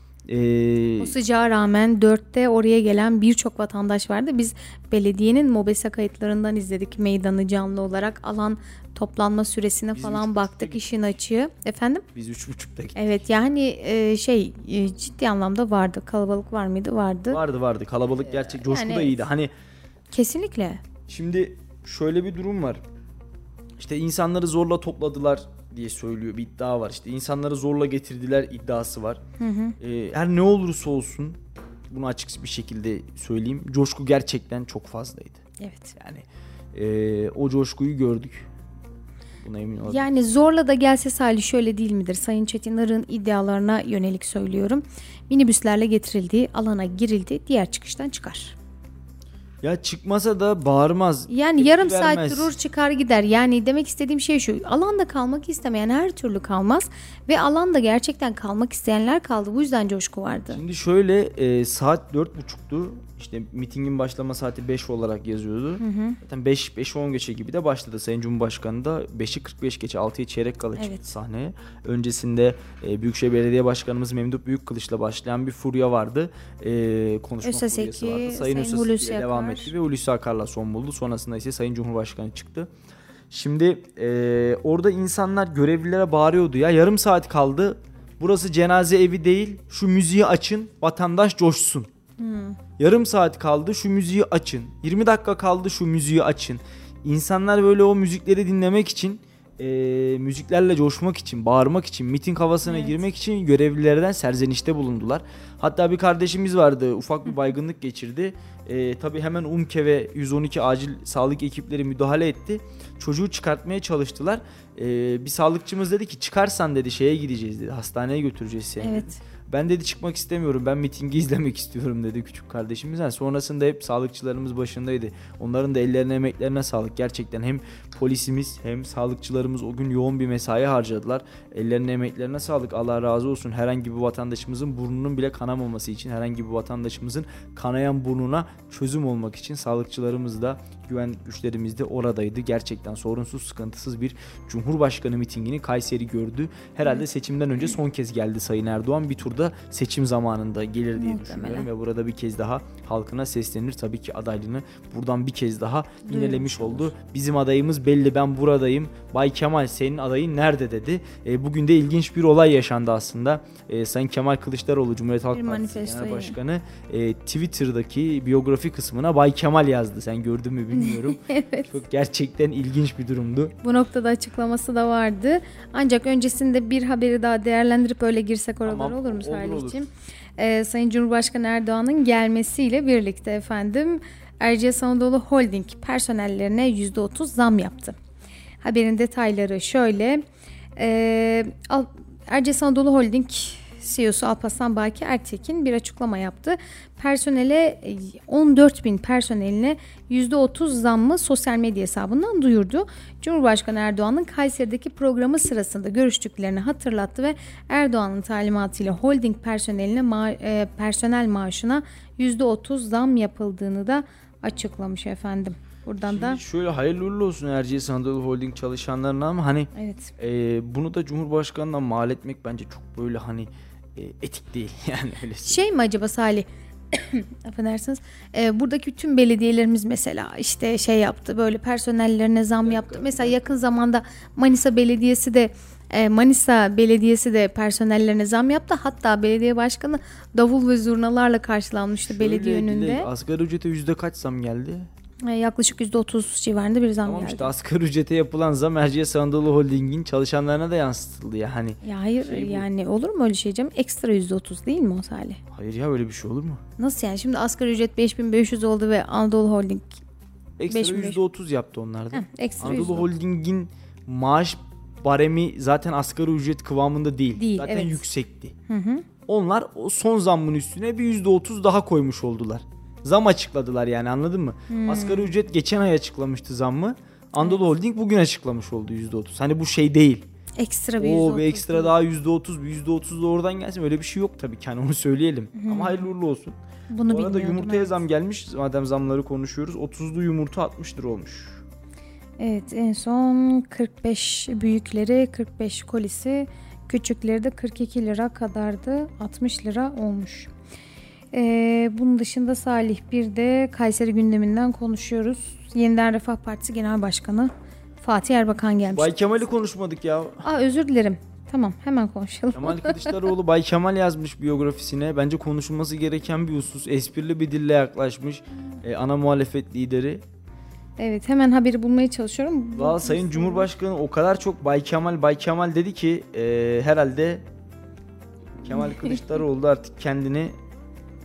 O sıcağa rağmen 4'te oraya gelen birçok vatandaş vardı. Biz belediyenin MOBESE kayıtlarından izledik meydanı canlı olarak. Alan toplanma süresine falan baktık, işin açığı. Efendim? Biz 3.30'da gittik. Evet, yani ciddi anlamda vardı. Kalabalık var mıydı? Vardı. Vardı. Kalabalık gerçek. Coşku da iyiydi. Hani kesinlikle. Şimdi şöyle bir durum var. İşte insanları zorla topladılar diye söylüyor, bir iddia var. İşte insanları zorla getirdiler iddiası var. Her ne olursa olsun bunu açık bir şekilde söyleyeyim. Coşku gerçekten çok fazlaydı. Evet. Yani o coşkuyu gördük. Buna emin olabilirim. Yani zorla da gelse Salih şöyle değil midir? Sayın Çetin Arık'ın iddialarına yönelik söylüyorum. Minibüslerle getirildiği alana girildi. Diğer çıkıştan çıkar. Ya çıkmasa da bağırmaz. Yani tepki yarım vermez. saat durur çıkar gider. Yani demek istediğim şey şu. Alanda kalmak istemeyen her türlü kalmaz. Ve alanda gerçekten kalmak isteyenler kaldı. Bu yüzden coşku vardı. Şimdi şöyle saat 4.30'tu. İşte mitingin başlama saati 5 olarak yazıyordu. Zaten 5'e 10 geçe gibi de başladı. Sayın Cumhurbaşkanı da 5'i 45 geçe 6'ya çeyrek kala çıktı Evet. sahneye. Öncesinde Büyükşehir Belediye Başkanımız Memduh Büyükkılıç'la başlayan bir furya vardı. Konuşma Öseseki, furyası vardı. Sayın Öseseki Hulusi ile devam Akar. etti ve Hulusi Akar'la son buldu. Sonrasında ise Sayın Cumhurbaşkanı çıktı. Şimdi orada insanlar görevlilere bağırıyordu ya, yarım saat kaldı. Burası cenaze evi değil. Şu müziği açın, vatandaş coşsun. Yarım saat kaldı, şu müziği açın. 20 dakika kaldı, şu müziği açın. İnsanlar böyle o müzikleri dinlemek için, müziklerle coşmak için, bağırmak için, miting havasına girmek için görevlilerden serzenişte bulundular. Hatta bir kardeşimiz vardı, ufak bir baygınlık geçirdi. Tabii hemen UMKE ve 112 acil sağlık ekipleri müdahale etti. Çocuğu çıkartmaya çalıştılar. Bir sağlıkçımız dedi ki çıkarsan dedi şeye gideceğiz dedi, hastaneye götüreceğiz seni. Evet. Ben dedi çıkmak istemiyorum, ben mitingi izlemek istiyorum dedi küçük kardeşimiz. Yani sonrasında hep sağlıkçılarımız başındaydı. Onların da ellerine emeklerine sağlık. Gerçekten hem polisimiz hem sağlıkçılarımız o gün yoğun bir mesai harcadılar. Ellerine emeklerine sağlık, Allah razı olsun. Herhangi bir vatandaşımızın burnunun bile kanamaması için, herhangi bir vatandaşımızın kanayan burnuna çözüm olmak için sağlıkçılarımız da, güvenlik güçlerimiz de oradaydı. Gerçekten sorunsuz, sıkıntısız bir Cumhurbaşkanı mitingini Kayseri gördü. Herhalde seçimden önce son kez geldi Sayın Erdoğan. Bir turda seçim zamanında gelir diye düşünüyorum ve burada bir kez daha halkına seslenir. Tabii ki adaylığını buradan bir kez daha yinelemiş oldu. Bizim adayımız belli, ben buradayım. Bay Kemal senin adayın nerede dedi. Bugün de ilginç bir olay yaşandı aslında. Sayın Kemal Kılıçdaroğlu Cumhuriyet Halk Partisi Genel Başkanı Twitter'daki biyografi kısmına Bay Kemal yazdı. Sen gördün mü bilmiyorum. Evet. Çok gerçekten ilginç bir durumdu. Bu noktada açıklaması da vardı. Ancak öncesinde bir haberi daha değerlendirip öyle girsek oralara Tamam, olur mu olur. Salih'ciğim? Sayın Cumhurbaşkanı Erdoğan'ın gelmesiyle birlikte efendim Erciyes Anadolu Holding personellerine %30 zam yaptı. Haberin detayları şöyle. Erciyes Anadolu Holding CEO'su Alparslan Baki Ertekin bir açıklama yaptı. Personele 14.000 personeline %30 zammı sosyal medya hesabından duyurdu. Cumhurbaşkanı Erdoğan'ın Kayseri'deki programı sırasında görüştüklerini hatırlattı ve Erdoğan'ın talimatıyla holding personeline personel maaşına %30 zam yapıldığını da açıklamış efendim. Buradan Şimdi da şöyle hayırlı uğurlu olsun Erciyes Anadolu Holding çalışanlarına ama hani evet. Bunu da Cumhurbaşkanı'na mal etmek bence çok böyle hani etik değil yani öyle. Şey mi acaba Salih? Affedersiniz. Buradaki tüm belediyelerimiz mesela işte şey yaptı, böyle personellerine zam yaptı. Mesela yakın zamanda Manisa Belediyesi de personellerine zam yaptı. Hatta belediye başkanı davul ve zurnalarla karşılanmıştı belediye önünde. Asgari ücrete yüzde kaç zam geldi? Yaklaşık %30 civarında bir zam Tamam geldi. işte asgari ücrete yapılan zam Erciyes Anadolu Holding'in çalışanlarına da yansıtıldı ya hani. Ya hayır yani olur mu öyle şey canım? Ekstra %30 değil mi o Salih? Hayır ya öyle bir şey olur mu? Nasıl yani? Şimdi asgari ücret 5.500 oldu ve Anadolu Holding Ekstra 5.500. %30 yaptı onlar da. ekstra Anadolu %30. Holding'in maaş baremi zaten asgari ücret kıvamında değil. Zaten evet. yüksekti. Onlar o son zammın üstüne bir %30 daha koymuş oldular. Zam açıkladılar yani, anladın mı? Asgari ücret geçen ay açıklamıştı zammı. Anadolu Holding bugün açıklamış oldu %30. Hani bu şey değil. Ekstra bir %30. Bir ekstra daha %30, bir %30 da oradan gelsin. Öyle bir şey yok tabii ki. Hani onu söyleyelim. Ama hayırlı uğurlu olsun. Bunu Bu arada bilmiyordum, yumurtaya evet. zam gelmiş. Madem zamları konuşuyoruz. 30'lu yumurta 60 lira olmuş. Evet, en son 45 büyükleri, 45 kolisi, küçükleri de 42 lira kadardı. 60 lira olmuş. Bunun dışında Salih, bir de Kayseri gündeminden konuşuyoruz. Yeniden Refah Partisi Genel Başkanı Fatih Erbakan gelmiş. Bay Kemal'i konuşmadık ya. Özür dilerim. Tamam, hemen konuşalım. Kemal Kılıçdaroğlu Bay Kemal yazmış biyografisine. Bence konuşulması gereken bir husus. Esprili bir dille yaklaşmış. Ana muhalefet lideri. Evet, hemen haberi bulmaya çalışıyorum. Valla Sayın Cumhurbaşkanı o kadar çok Bay Kemal dedi ki herhalde Kemal Kılıçdaroğlu artık kendini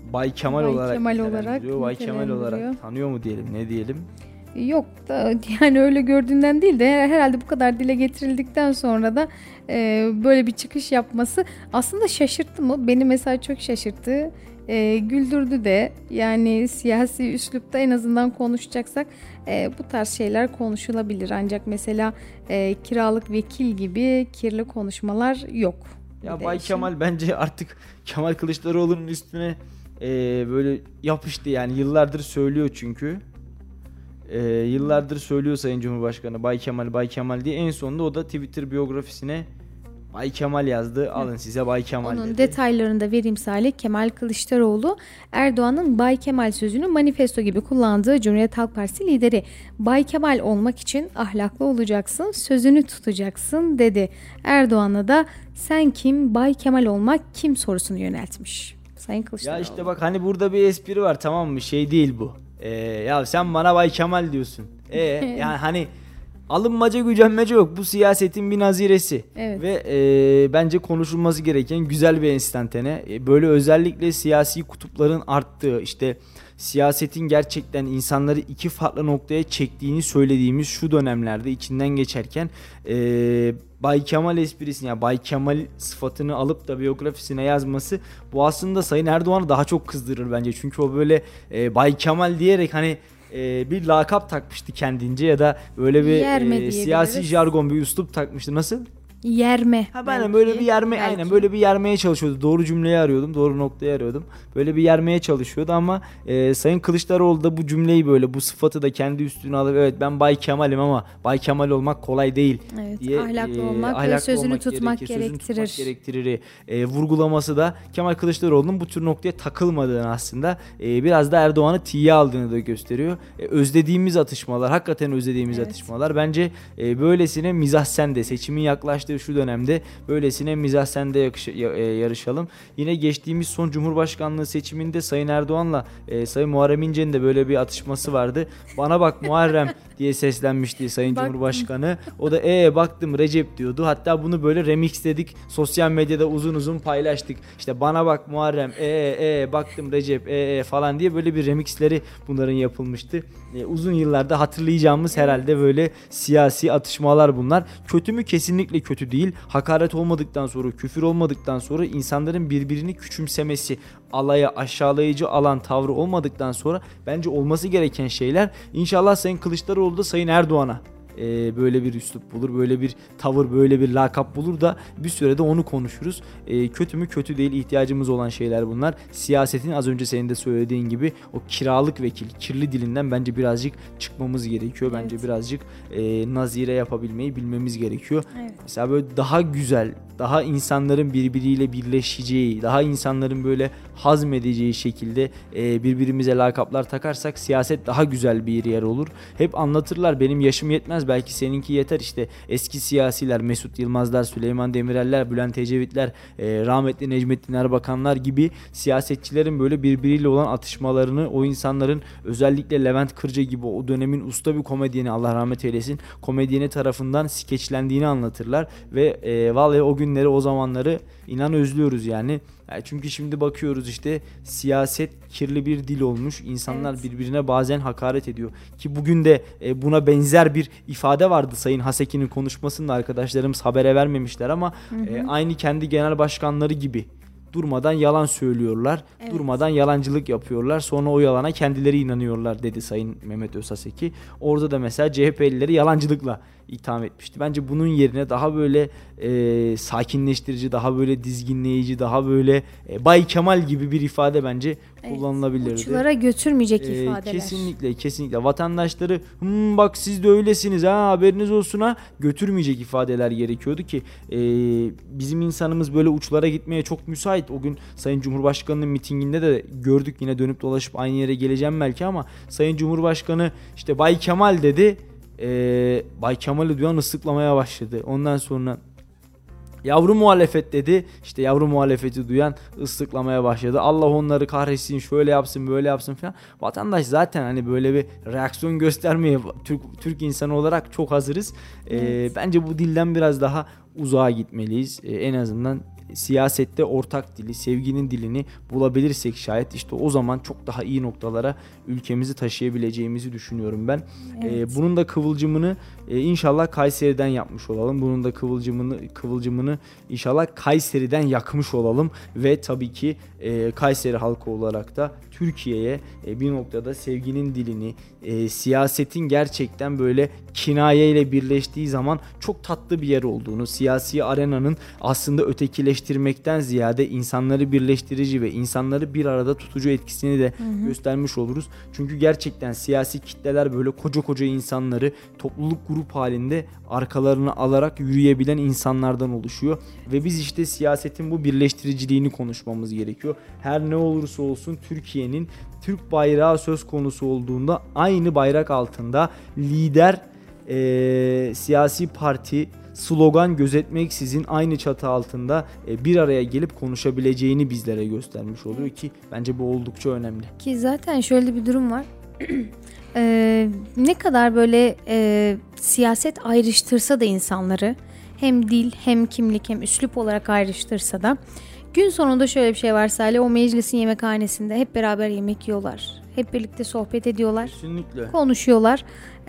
Bay Kemal Bay olarak Kemal olarak nitelendiriyor. Bay Kemal nitelendiriyor. olarak tanıyor mu diyelim, ne diyelim? Yok da yani öyle gördüğünden değil de herhalde bu kadar dile getirildikten sonra da böyle bir çıkış yapması aslında şaşırttı mı? Beni mesela çok şaşırttı. Güldürdü de. Yani siyasi üslupta en azından konuşacaksak bu tarz şeyler konuşulabilir. Ancak mesela kiralık vekil gibi kirli konuşmalar yok. Ya Bir de Bay işin- Kemal bence artık Kemal Kılıçdaroğlu'nun üstüne böyle yapıştı, yani yıllardır söylüyor çünkü. Yıllardır söylüyor Sayın Cumhurbaşkanı Bay Kemal, Bay Kemal diye. En sonunda o da Twitter biyografisine Bay Kemal yazdı. Alın size Bay Kemal Onun dedi. detaylarını da vereyim Salih. Kemal Kılıçdaroğlu, Erdoğan'ın Bay Kemal sözünü manifesto gibi kullandığı Cumhuriyet Halk Partisi lideri. Bay Kemal olmak için ahlaklı olacaksın, sözünü tutacaksın dedi. Erdoğan'a da sen kim, Bay Kemal olmak kim sorusunu yöneltmiş. Sayın Kılıçdaroğlu. Ya işte bak, hani burada bir espri var, tamam mı? Şey değil bu. Ya sen bana Bay Kemal diyorsun. Yani hani alınmaca gücenmece yok. Bu siyasetin bir naziresi. Evet. Ve bence konuşulması gereken güzel bir enstantane. Böyle özellikle siyasi kutupların arttığı, işte siyasetin gerçekten insanları iki farklı noktaya çektiğini söylediğimiz şu dönemlerde içinden geçerken Bay Kemal esprisini, yani Bay Kemal sıfatını alıp da biyografisine yazması, bu aslında Sayın Erdoğan'ı daha çok kızdırır bence. Çünkü o böyle Bay Kemal diyerek hani bir lakap takmıştı kendince, ya da böyle bir siyasi jargon, bir üslup takmıştı. Nasıl? Yerme. Ha, ben böyle bir yerme, belki. aynen böyle bir yermeye çalışıyordu. Doğru cümleyi arıyordum, doğru noktayı arıyordum. Böyle bir yermeye çalışıyordu ama Sayın Kılıçdaroğlu da bu cümleyi, böyle bu sıfatı da kendi üstüne alıp, evet ben Bay Kemal'im ama Bay Kemal olmak kolay değil Evet, diye ahlaklı olmak ve sözünü tutmak gerektirir. Vurgulaması da Kemal Kılıçdaroğlu'nun bu tür noktaya takılmadığını, aslında biraz da Erdoğan'ı tiye aldığını da gösteriyor. Özlediğimiz atışmalar, hakikaten özlediğimiz atışmalar. Bence böylesine mizahsende, seçimin yaklaştığı şu dönemde böylesine mizahsende yarışalım. Yine geçtiğimiz son Cumhurbaşkanlığı seçiminde Sayın Erdoğan'la Sayın Muharrem İnce'nin de böyle bir atışması vardı. Bana bak Muharrem diye seslenmişti Sayın Cumhurbaşkanı. O da baktım Recep diyordu. Hatta bunu böyle remixledik. Sosyal medyada uzun uzun paylaştık. İşte bana bak Muharrem, baktım Recep, falan diye böyle bir remixleri bunların yapılmıştı. Uzun yıllarda hatırlayacağımız herhalde böyle siyasi atışmalar bunlar. Kötü mü? Kesinlikle kötü değil. Hakaret olmadıktan sonra, küfür olmadıktan sonra, insanların birbirini küçümsemesi, alaya, aşağılayıcı alan tavrı olmadıktan sonra bence olması gereken şeyler. İnşallah Sayın Kılıçdaroğlu da Sayın Erdoğan'a böyle bir üslup bulur, böyle bir tavır, böyle bir lakap bulur da bir sürede onu konuşuruz. Kötü mü? Kötü değil. İhtiyacımız olan şeyler bunlar. Siyasetin az önce senin de söylediğin gibi o kiralık vekil, kirli dilinden bence birazcık çıkmamız gerekiyor. Evet. Bence birazcık nazire yapabilmeyi bilmemiz gerekiyor. Evet. Mesela böyle daha güzel, daha insanların birbiriyle birleşeceği, daha insanların böyle hazmedeceği şekilde birbirimize lakaplar takarsak siyaset daha güzel bir yer olur. Hep anlatırlar, benim yaşım yetmez, belki seninki yeter, işte eski siyasiler, Mesut Yılmazlar, Süleyman Demirel'ler, Bülent Ecevitler, rahmetli Necmettin Erbakanlar gibi siyasetçilerin böyle birbiriyle olan atışmalarını, o insanların, özellikle Levent Kırca gibi o dönemin usta bir komedyeni, Allah rahmet eylesin, komedyeni tarafından skeçlendiğini anlatırlar ve vallahi o günleri, o zamanları inan özlüyoruz yani. Çünkü şimdi bakıyoruz, işte siyaset kirli bir dil olmuş. İnsanlar birbirine bazen hakaret ediyor. Ki bugün de buna benzer bir ifade vardı Sayın Haseki'nin konuşmasında, arkadaşlarımız habere vermemişler ama aynı kendi genel başkanları gibi durmadan yalan söylüyorlar. Evet. Durmadan yalancılık yapıyorlar. Sonra o yalana kendileri inanıyorlar dedi Sayın Mehmet Özhaseki. Orada da mesela CHP'lileri yalancılıkla itham etmişti. Bence bunun yerine daha böyle sakinleştirici, daha böyle dizginleyici, daha böyle Bay Kemal gibi bir ifade bence kullanılabilirdi. Uçlara götürmeyecek ifadeler. Kesinlikle. Vatandaşları bak siz de öylesiniz ha, haberiniz olsun ha, götürmeyecek ifadeler gerekiyordu ki bizim insanımız böyle uçlara gitmeye çok müsait. O gün Sayın Cumhurbaşkanı'nın mitinginde de gördük, yine dönüp dolaşıp aynı yere geleceğim belki ama Sayın Cumhurbaşkanı işte Bay Kemal dedi. Bay Kemal'i duyan ıslıklamaya başladı. Ondan sonra yavru muhalefet dedi. İşte yavru muhalefeti duyan ıslıklamaya başladı. Allah onları kahretsin, şöyle yapsın, böyle yapsın falan. Vatandaş zaten hani böyle bir reaksiyon göstermeye Türk insanı olarak çok hazırız. Bence bu dilden biraz daha uzağa gitmeliyiz. En azından siyasette ortak dili, sevginin dilini bulabilirsek şayet işte o zaman çok daha iyi noktalara ülkemizi taşıyabileceğimizi düşünüyorum ben. Evet. Bunun da kıvılcımını inşallah Kayseri'den yapmış olalım. Bunun da kıvılcımını inşallah Kayseri'den yakmış olalım ve tabii ki Kayseri halkı olarak da Türkiye'ye bir noktada sevginin dilini, siyasetin gerçekten böyle kinayeyle birleştiği zaman çok tatlı bir yer olduğunu, siyasi arenanın aslında ötekileştirmekten ziyade insanları birleştirici ve insanları bir arada tutucu etkisini de göstermiş oluruz. Çünkü gerçekten siyasi kitleler böyle koca koca insanları topluluk grup halinde arkalarına alarak yürüyebilen insanlardan oluşuyor. Ve biz işte siyasetin bu birleştiriciliğini konuşmamız gerekiyor. Her ne olursa olsun Türkiye'nin Türk bayrağı söz konusu olduğunda aynı bayrak altında lider siyasi parti slogan gözetmeksizin aynı çatı altında bir araya gelip konuşabileceğini bizlere göstermiş oluyor ki bence bu oldukça önemli. Ki zaten şöyle bir durum var. Ne kadar böyle siyaset ayrıştırsa da insanları, hem dil hem kimlik hem üslup olarak ayrıştırsa da gün sonunda şöyle bir şey var Salih, o meclisin yemekhanesinde hep beraber yemek yiyorlar. Hep birlikte sohbet ediyorlar. Kesinlikle. Konuşuyorlar.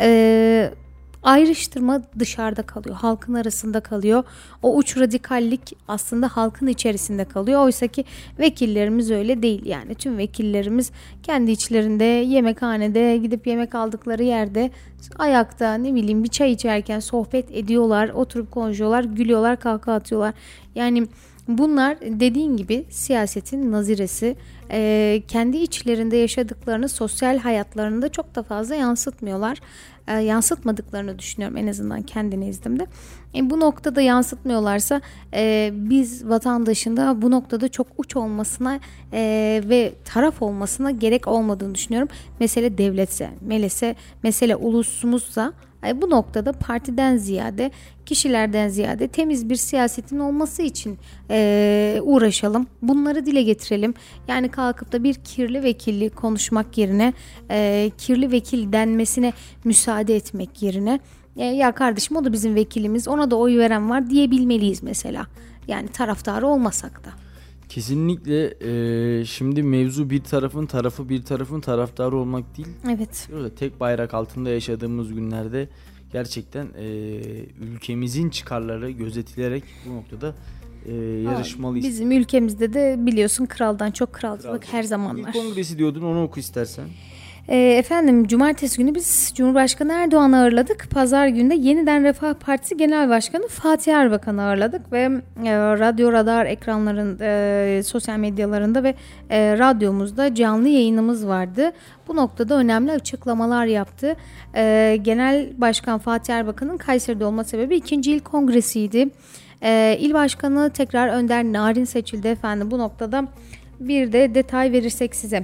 Ayrıştırma dışarıda kalıyor. Halkın arasında kalıyor. O uç radikallik aslında halkın içerisinde kalıyor. Oysa ki vekillerimiz öyle değil. Yani tüm vekillerimiz kendi içlerinde yemekhanede gidip yemek aldıkları yerde ayakta ne bileyim bir çay içerken sohbet ediyorlar. Oturup konuşuyorlar, gülüyorlar, kahkaha atıyorlar. Yani bunlar dediğin gibi siyasetin naziresi. Kendi içlerinde yaşadıklarını sosyal hayatlarında çok da fazla yansıtmıyorlar. Yansıtmadıklarını düşünüyorum en azından kendi nezdimde. Bu noktada yansıtmıyorlarsa biz vatandaşın da bu noktada çok uç olmasına ve taraf olmasına gerek olmadığını düşünüyorum. Mesele devletse, mesele ulusumuzsa bu noktada partiden ziyade, kişilerden ziyade temiz bir siyasetin olması için uğraşalım. Bunları dile getirelim. Yani kalkıp da bir kirli vekilli konuşmak yerine, kirli vekil denmesine müsaade etmek yerine ya kardeşim o da bizim vekilimiz, ona da oy veren var diyebilmeliyiz mesela. Yani taraftarı olmasak da. Kesinlikle şimdi mevzu bir tarafın taraftarı olmak değil. Evet. Tek bayrak altında yaşadığımız günlerde gerçekten ülkemizin çıkarları gözetilerek bu noktada yarışmalıyız. Bizim ülkemizde de biliyorsun kraldan çok kralcılık her zaman var. İlk kongresi diyordun, onu oku istersen. Efendim cumartesi günü biz Cumhurbaşkanı Erdoğan'ı ağırladık. Pazar günü de Yeniden Refah Partisi Genel Başkanı Fatih Erbakan'ı ağırladık ve Radyo Radar ekranların, sosyal medyalarında ve radyomuzda canlı yayınımız vardı. Bu noktada önemli açıklamalar yaptı. Genel Başkan Fatih Erbakan'ın Kayseri'de olma sebebi 2. İl Kongresi'ydi. İl Başkanı tekrar Önder Narin seçildi efendim. Bu noktada bir de detay verirsek size.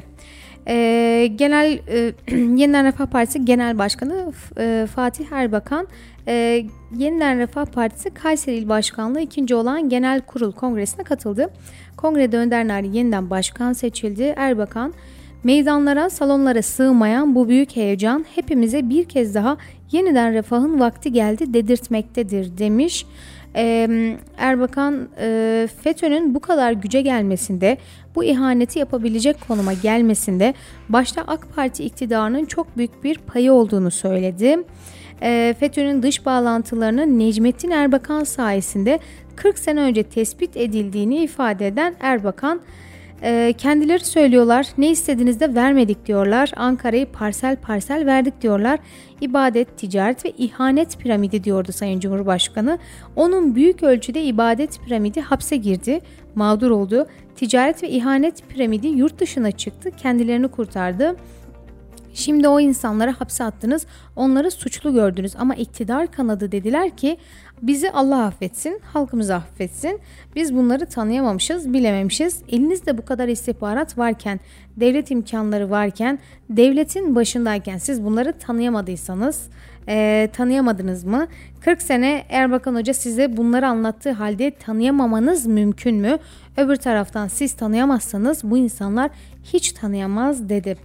Yeniden Refah Partisi Genel Başkanı Fatih Erbakan, Yeniden Refah Partisi Kayseri İl Başkanlığı 2. olan Genel Kurul Kongresi'ne katıldı. Kongrede Önder Narin yeniden başkan seçildi. Erbakan, meydanlara, salonlara sığmayan bu büyük heyecan hepimize bir kez daha yeniden refahın vakti geldi dedirtmektedir demiş. Erbakan, FETÖ'nün bu kadar güce gelmesinde, bu ihaneti yapabilecek konuma gelmesinde başta AK Parti iktidarının çok büyük bir payı olduğunu söyledi. FETÖ'nün dış bağlantılarının Necmettin Erbakan sayesinde 40 sene önce tespit edildiğini ifade eden Erbakan, kendileri söylüyorlar, ne istediğiniz de vermedik diyorlar, Ankara'yı parsel parsel verdik diyorlar, ibadet, ticaret ve ihanet piramidi diyordu Sayın Cumhurbaşkanı. Onun büyük ölçüde ibadet piramidi hapse girdi, mağdur oldu, ticaret ve ihanet piramidi yurt dışına çıktı, kendilerini kurtardı. Şimdi o insanları hapse attınız, onları suçlu gördünüz ama iktidar kanadı dediler ki bizi Allah affetsin, halkımızı affetsin. Biz bunları tanıyamamışız, bilememişiz. Elinizde bu kadar istihbarat varken, devlet imkanları varken, devletin başındayken siz bunları tanıyamadıysanız, tanıyamadınız mı? 40 sene Erbakan Hoca size bunları anlattığı halde tanıyamamanız mümkün mü? Öbür taraftan siz tanıyamazsanız bu insanlar hiç tanıyamaz dedi.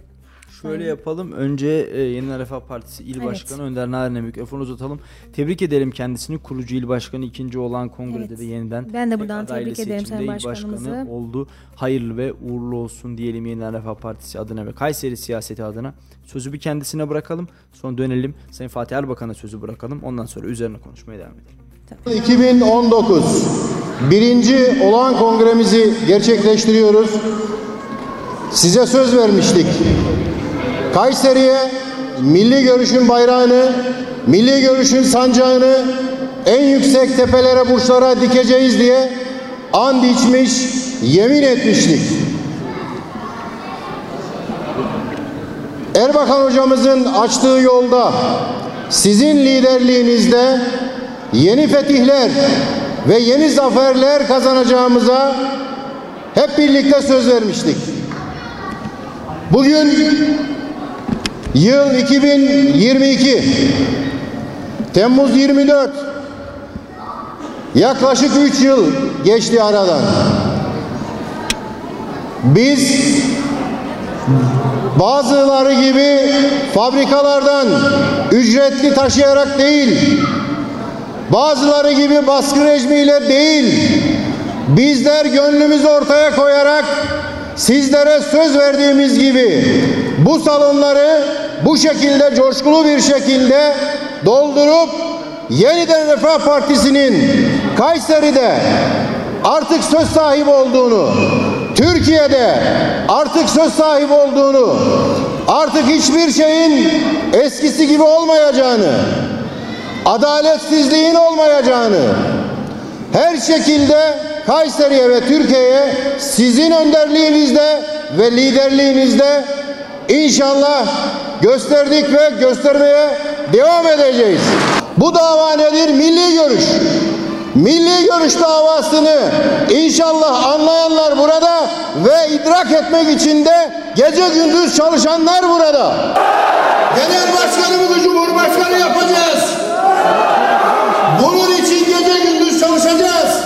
Şöyle yapalım. Önce Yeniden Refah Partisi İl Başkanı Önder Narin'e mikrofon uzatalım. Tebrik edelim kendisini. Kurucu il başkanı, ikinci olan kongrede de yeniden ben de buradan tebrik ederim Sayın Başkanımızı. Başkanı oldu. Hayırlı ve uğurlu olsun diyelim Yeniden Refah Partisi adına ve Kayseri siyaseti adına. Sözü bir kendisine bırakalım. Sonra dönelim Sayın Fatih Erbakan'a sözü bırakalım. Ondan sonra üzerine konuşmaya devam edelim. 2019 birinci olağan kongremizi gerçekleştiriyoruz. Size söz vermiştik. Kayseri'ye milli görüşün bayrağını, milli görüşün sancağını en yüksek tepelere, burçlara dikeceğiz diye and içmiş, yemin etmiştik. Erbakan hocamızın açtığı yolda sizin liderliğinizde yeni fetihler ve yeni zaferler kazanacağımıza hep birlikte söz vermiştik. Bugün yıl 2022, Temmuz 24, yaklaşık 3 yıl geçti aradan. Biz bazıları gibi fabrikalardan ücretli taşıyarak değil, bazıları gibi baskı rejimiyle değil, bizler gönlümüzü ortaya koyarak sizlere söz verdiğimiz gibi bu salonları bu şekilde coşkulu bir şekilde doldurup Yeniden Refah Partisi'nin Kayseri'de artık söz sahibi olduğunu, Türkiye'de artık söz sahibi olduğunu, artık hiçbir şeyin eskisi gibi olmayacağını, adaletsizliğin olmayacağını, her şekilde Kayseri'ye ve Türkiye'ye sizin önderliğinizde ve liderliğinizde inşallah gösterdik ve göstermeye devam edeceğiz. Bu dava nedir? Milli görüş. Milli görüş davasını inşallah anlayanlar burada ve idrak etmek için de gece gündüz çalışanlar burada. Genel başkanımızı Cumhurbaşkanı yapacağız. Bunun için gece gündüz çalışacağız.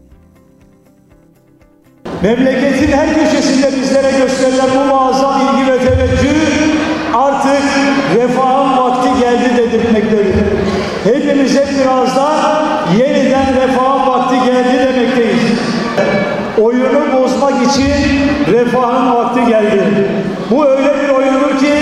Memleketin her köşesinde bizlere gösterilen bu muazzam ilgi ve teveccüh artık refahın vakti geldi dedirtmektedir. Hepimiz hep birazdan yeniden refahın vakti geldi demekteyiz. Oyunu bozmak için refahın vakti geldi. Bu öyle bir oyundur ki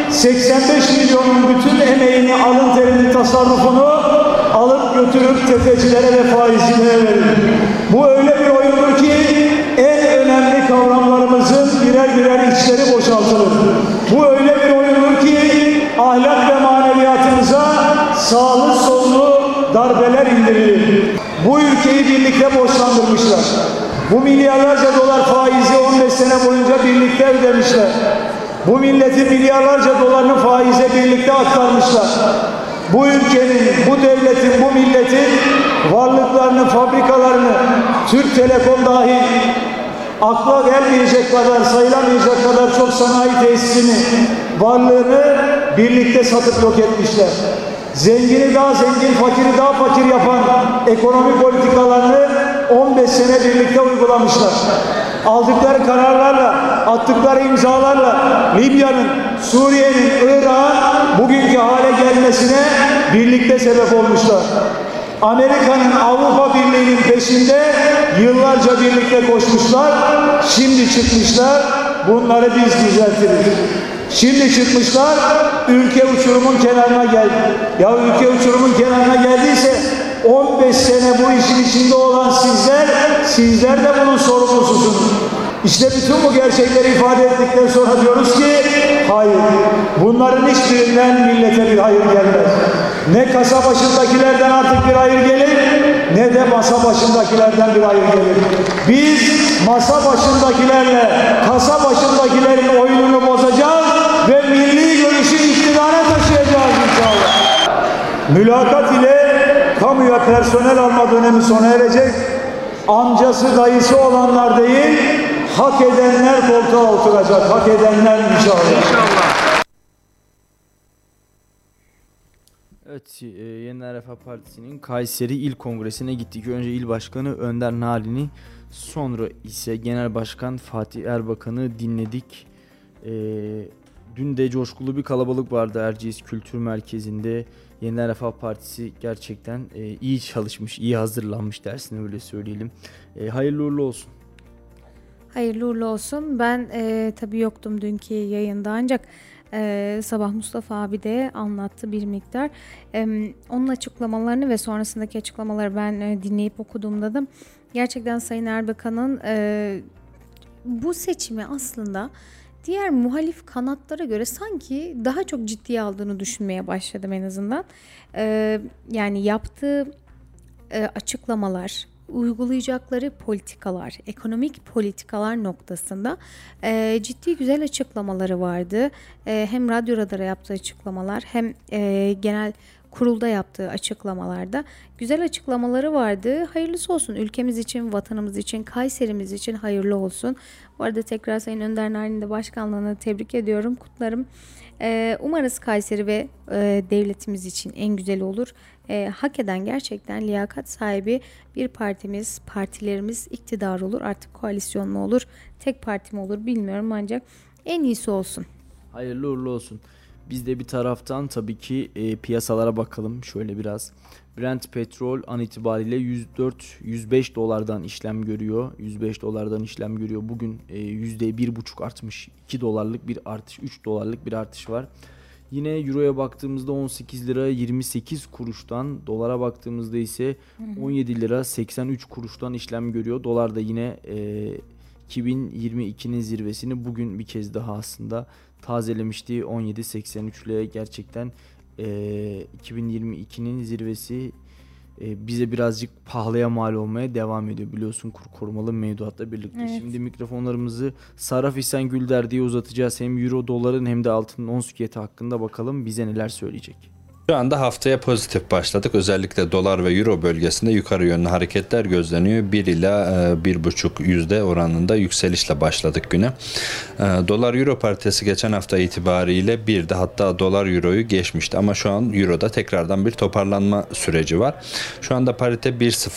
85 milyonun bütün emeğini, alın terini, tasarrufunu alıp götürüp tefecilere ve faizcilere verir. Bu öyle bir oyundur ki en önemli kavramlarımızın birer birer içleri boşaltılır. Bu öyle bir oyundur ki ahlak ve maneviyatımıza sağlı sollu darbeler indirilir. Bu ülkeyi birlikte borçlandırmışlar. Bu milyarlarca dolar faizi 15 sene boyunca birlikte ödemişler. Bu milletin milyarlarca dolarını faize birlikte aktarmışlar. Bu ülkenin, bu devletin, bu milletin varlıklarını, fabrikalarını, Türk Telekom dahil akla gelmeyecek kadar, sayılamayacak kadar çok sanayi tesisini, varlığını birlikte satıp yok etmişler. Zengini daha zengin, fakiri daha fakir yapan ekonomi politikalarını 15 sene birlikte uygulamışlar. Aldıkları kararlarla, attıkları imzalarla Libya'nın, Suriye'nin, Irak'ın bugünkü hale gelmesine birlikte sebep olmuşlar. Amerika'nın, Avrupa Birliği'nin peşinde yıllarca birlikte koşmuşlar. Şimdi çıkmışlar, bunları biz düzeltiriz. Şimdi çıkmışlar, ülke uçurumun kenarına geldi. Ya ülke uçurumun kenarına geldiyse 15 sene bu işin içinde olan sizler de bunun sorumlususunuz. İşte bütün bu gerçekleri ifade ettikten sonra diyoruz ki hayır, bunların hiçbirinden millete bir hayır gelmez. Ne kasa başındakilerden artık bir hayır gelir, ne de masa başındakilerden bir hayır gelir. Biz masa başındakilerle kasa başındakilerin oyununu bozacağız ve milli görüşü iktidara taşıyacağız inşallah. Mülakat ile kamuya personel alma dönemi sona erecek. Amcası, dayısı olanlar değil, hak edenler koltuğa oturacak. Hak edenler inşallah. Evet, Yeniden Refah Partisi'nin Kayseri İl Kongresi'ne gittik. Önce İl Başkanı Önder Narin'i, sonra ise Genel Başkan Fatih Erbakan'ı dinledik. Dün de coşkulu bir kalabalık vardı Erciyes Kültür Merkezi'nde. Yeniden Refah Partisi gerçekten iyi çalışmış, iyi hazırlanmış dersine öyle söyleyelim. Hayırlı uğurlu olsun. Hayırlı uğurlu olsun. Ben tabii yoktum dünkü yayında ancak sabah Mustafa abi de anlattı bir miktar. Onun açıklamalarını ve sonrasındaki açıklamaları ben dinleyip okuduğumda da gerçekten Sayın Erbakan'ın bu seçimi aslında diğer muhalif kanatlara göre sanki daha çok ciddiye aldığını düşünmeye başladım en azından. Yani yaptığı açıklamalar, uygulayacakları politikalar, ekonomik politikalar noktasında ciddi güzel açıklamaları vardı. Hem Radyo Radar'a yaptığı açıklamalar hem genel kurulda yaptığı açıklamalarda güzel açıklamaları vardı. Hayırlısı olsun ülkemiz için, vatanımız için, Kayserimiz için hayırlı olsun. Bu arada tekrar Sayın Önder Narin'in de başkanlığını tebrik ediyorum, kutlarım. Umarız Kayseri ve devletimiz için en güzel olur. Hak eden gerçekten liyakat sahibi bir partilerimiz iktidar olur. Artık koalisyon mu olur, tek parti mi olur bilmiyorum ancak en iyisi olsun. Hayırlı uğurlu olsun. Biz de bir taraftan tabii ki piyasalara bakalım şöyle biraz. Brent petrol an itibariyle 104-105 dolardan işlem görüyor. 105 dolardan işlem görüyor. Bugün %1,5 artmış. 2 dolarlık bir artış, 3 dolarlık bir artış var. Yine Euro'ya baktığımızda 18 lira 28 kuruştan, dolara baktığımızda ise 17 lira 83 kuruştan işlem görüyor. Dolar da yine 2022'nin zirvesini bugün bir kez daha aslında tazelemişti. 17.83 ile gerçekten 2022'nin zirvesi bize birazcık pahalıya mal olmaya devam ediyor. Biliyorsun kur korumalı mevduatla birlikte. Evet. Şimdi mikrofonlarımızı Sarraf İhsan Gülderdi'ye uzatacağız. Hem euro doların hem de altının ons fiyatı hakkında bakalım bize neler söyleyecek. Şu anda haftaya pozitif başladık. Özellikle dolar ve euro bölgesinde yukarı yönlü hareketler gözleniyor. 1 ila 1,5% oranında yükselişle başladık güne. Dolar euro paritesi geçen hafta itibariyle 1'de, hatta dolar euroyu geçmişti. Ama şu an euroda tekrardan bir toparlanma süreci var. Şu anda parite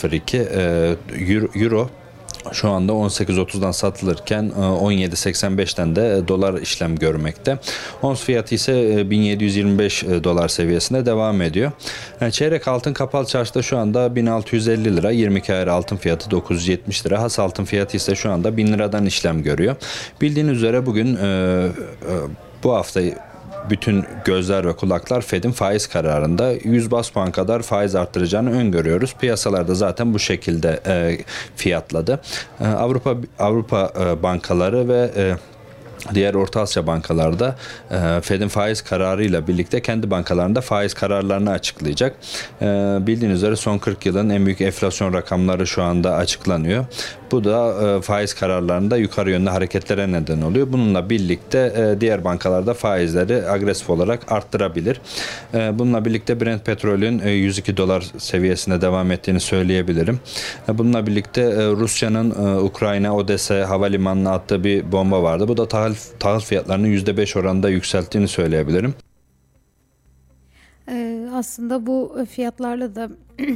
1,02 euro. Şu anda 18.30'dan satılırken 17.85'ten de dolar işlem görmekte. Ons fiyatı ise 1725 dolar seviyesinde devam ediyor. Çeyrek altın kapalı çarşıda şu anda 1650 lira. 22 ayar altın fiyatı 970 lira. Has altın fiyatı ise şu anda 1000 liradan işlem görüyor. Bildiğiniz üzere bugün bu hafta bütün gözler ve kulaklar Fed'in faiz kararında 100 bas puan kadar faiz arttıracağını öngörüyoruz. Piyasalarda zaten bu şekilde fiyatladı. Avrupa bankaları ve diğer Orta Asya bankalarda Fed'in faiz kararıyla birlikte kendi bankalarında faiz kararlarını açıklayacak. Bildiğiniz üzere son 40 yılın en büyük enflasyon rakamları şu anda açıklanıyor. Bu da faiz kararlarında yukarı yönlü hareketlere neden oluyor. Bununla birlikte diğer bankalarda faizleri agresif olarak arttırabilir. Bununla birlikte Brent petrolün 102 dolar seviyesine devam ettiğini söyleyebilirim. Bununla birlikte Rusya'nın Ukrayna Odessa havalimanına attığı bir bomba vardı. Bu da tahıl fiyatlarını %5 oranında yükselttiğini söyleyebilirim. Aslında bu fiyatlarla da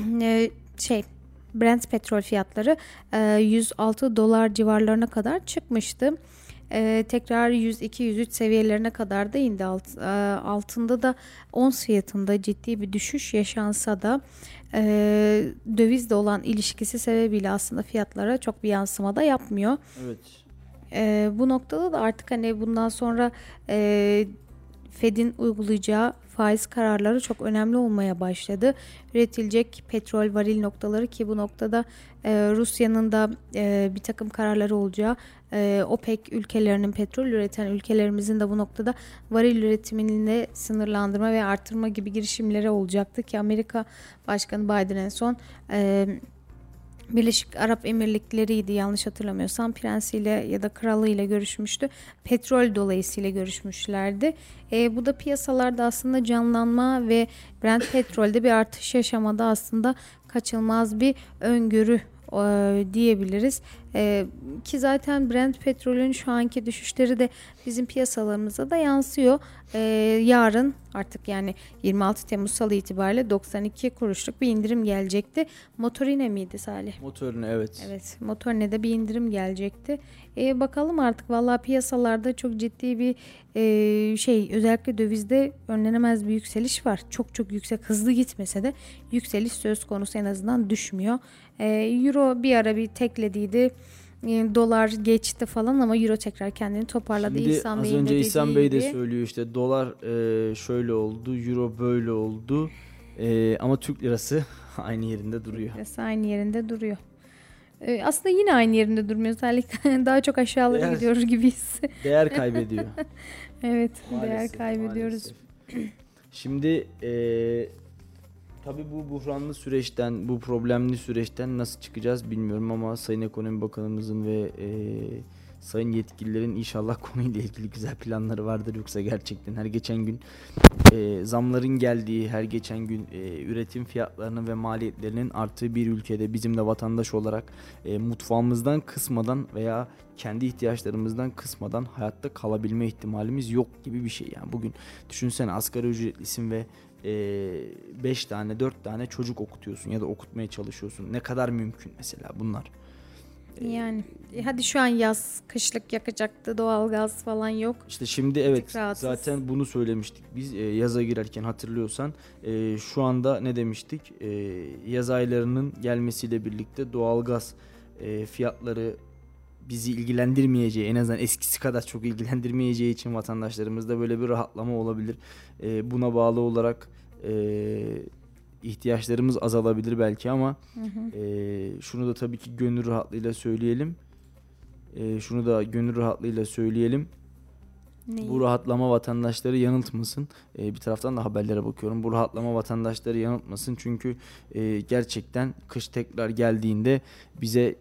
Brent petrol fiyatları 106 dolar civarlarına kadar çıkmıştı. Tekrar 102-103 seviyelerine kadar da indi. Altında da ons fiyatında ciddi bir düşüş yaşansa da dövizle olan ilişkisi sebebiyle aslında fiyatlara çok bir yansıma da yapmıyor. Evet. Bu noktada da artık hani bundan sonra Fed'in uygulayacağı faiz kararları çok önemli olmaya başladı. Üretilecek petrol varil noktaları, ki bu noktada Rusya'nın da bir takım kararları olacağı, OPEC ülkelerinin, petrol üreten ülkelerimizin de bu noktada varil üretimini sınırlandırma ve artırma gibi girişimleri olacaktı ki Amerika Başkanı Biden en son Birleşik Arap Emirlikleri'ydi yanlış hatırlamıyorsam, prensiyle ya da kralıyla görüşmüştü. Petrol dolayısıyla görüşmüşlerdi. Bu da piyasalarda aslında canlanma ve Brent petrolde bir artış yaşamada aslında kaçınılmaz bir öngörü diyebiliriz. Ki zaten Brent petrolün şu anki düşüşleri de bizim piyasalarımıza da yansıyor. Yarın artık yani 26 Temmuz Salı itibariyle 92 kuruşluk bir indirim gelecekti. Motorine miydi Salih? Motorine, evet. Evet, Motorine'de bir indirim gelecekti. Bakalım artık, vallahi piyasalarda çok ciddi bir özellikle dövizde önlenemez bir yükseliş var. Çok çok yüksek, hızlı gitmese de yükseliş söz konusu, en azından düşmüyor. Euro bir ara bir teklediydi. Dolar geçti falan ama Euro tekrar kendini toparladı. Şimdi İhsan az Bey'in önce de İhsan Bey de dediği gibi. söylüyor işte dolar şöyle oldu, Euro böyle oldu. Ama Türk lirası aynı yerinde duruyor. Burası aynı yerinde duruyor. Aslında yine aynı yerinde durmuyor. Daha çok aşağılara gidiyoruz gibiyiz. Değer kaybediyor. Evet, Maalesef, değer kaybediyoruz. maalesef. Şimdi tabii bu buhranlı süreçten, bu problemli süreçten nasıl çıkacağız bilmiyorum ama Sayın Ekonomi Bakanımızın ve sayın yetkililerin inşallah konuyla ilgili güzel planları vardır. Yoksa gerçekten her geçen gün zamların geldiği, her geçen gün üretim fiyatlarının ve maliyetlerinin arttığı bir ülkede bizim de vatandaş olarak mutfağımızdan kısmadan veya kendi ihtiyaçlarımızdan kısmadan hayatta kalabilme ihtimalimiz yok gibi bir şey. Yani bugün düşünsene, asgari ücretlisin ve 5 tane 4 tane çocuk okutuyorsun ya da okutmaya çalışıyorsun. Ne kadar mümkün mesela bunlar. Yani hadi şu an yaz, kışlık yakacaktı, doğalgaz falan yok. İşte şimdi evet, rahatsız. zaten bunu söylemiştik biz yaza girerken, hatırlıyorsan. Şu anda ne demiştik? Yaz aylarının gelmesiyle birlikte doğalgaz fiyatları bizi ilgilendirmeyeceği, en azından eskisi kadar çok ilgilendirmeyeceği için vatandaşlarımızda böyle bir rahatlama olabilir. Buna bağlı olarak ihtiyaçlarımız azalabilir belki ama şunu da tabii ki gönül rahatlığıyla söyleyelim. Neyi? Bu rahatlama vatandaşları yanıltmasın. Bir taraftan da haberlere bakıyorum. Bu rahatlama vatandaşları yanıltmasın. Çünkü gerçekten kış tekrar geldiğinde bize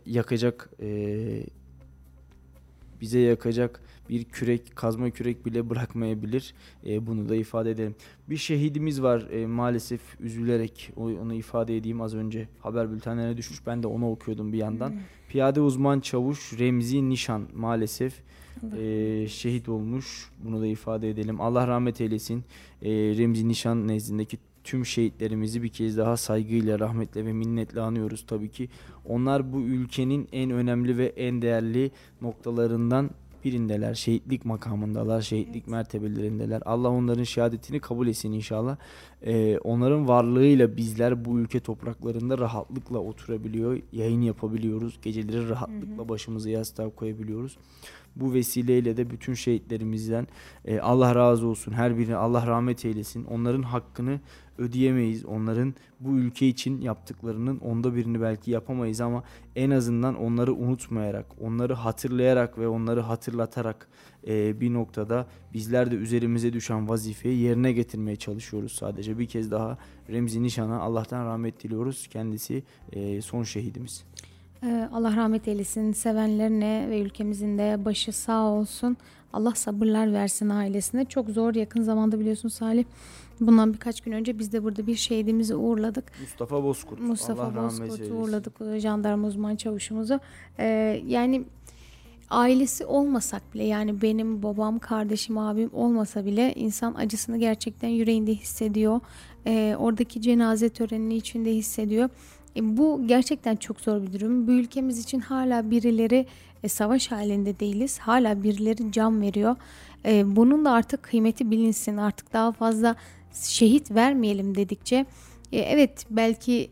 yakacak bir kazma kürek bile bırakmayabilir. Bunu da ifade edelim. Bir şehidimiz var maalesef, üzülerek onu ifade edeyim. Az önce haber bültenlerine düşmüş. Ben de onu okuyordum bir yandan. Piyade uzman çavuş Remzi Nişan maalesef şehit olmuş. Bunu da ifade edelim. Allah rahmet eylesin. Remzi Nişan nezdindeki tüm şehitlerimizi bir kez daha saygıyla, rahmetle ve minnetle anıyoruz tabii ki. Onlar bu ülkenin en önemli ve en değerli noktalarından birindeler. Şehitlik makamındalar, şehitlik mertebelerindeler. Allah onların şehadetini kabul etsin inşallah. Onların varlığıyla bizler bu ülke topraklarında rahatlıkla oturabiliyor, yayın yapabiliyoruz. Geceleri rahatlıkla başımızı yastığa koyabiliyoruz. Bu vesileyle de bütün şehitlerimizden Allah razı olsun. Her birine Allah rahmet eylesin. Onların hakkını ödeyemeyiz. Onların bu ülke için yaptıklarının onda birini belki yapamayız ama en azından onları unutmayarak, onları hatırlayarak ve onları hatırlatarak bir noktada bizler de üzerimize düşen vazifeyi yerine getirmeye çalışıyoruz sadece. Bir kez daha Remzi Nişan'a Allah'tan rahmet diliyoruz. Kendisi son şehidimiz. Allah rahmet eylesin, sevenlerine ve ülkemizin de başı sağ olsun. Allah sabırlar versin ailesine. Çok zor, yakın zamanda biliyorsun Salih. Bundan birkaç gün önce biz de burada bir şehidimizi uğurladık. Mustafa Bozkurt'u uğurladık, jandarma uzman çavuşumuzu. Yani ailesi olmasak bile, yani benim babam, kardeşim, abim olmasa bile insan acısını gerçekten yüreğinde hissediyor. Oradaki cenaze törenini içinde hissediyor. Bu gerçekten çok zor bir durum. Bu ülkemiz için hala birileri savaş halinde değiliz. Hala birileri can veriyor. Bunun da artık kıymeti bilinsin. Artık daha fazla şehit vermeyelim dedikçe. Evet, belki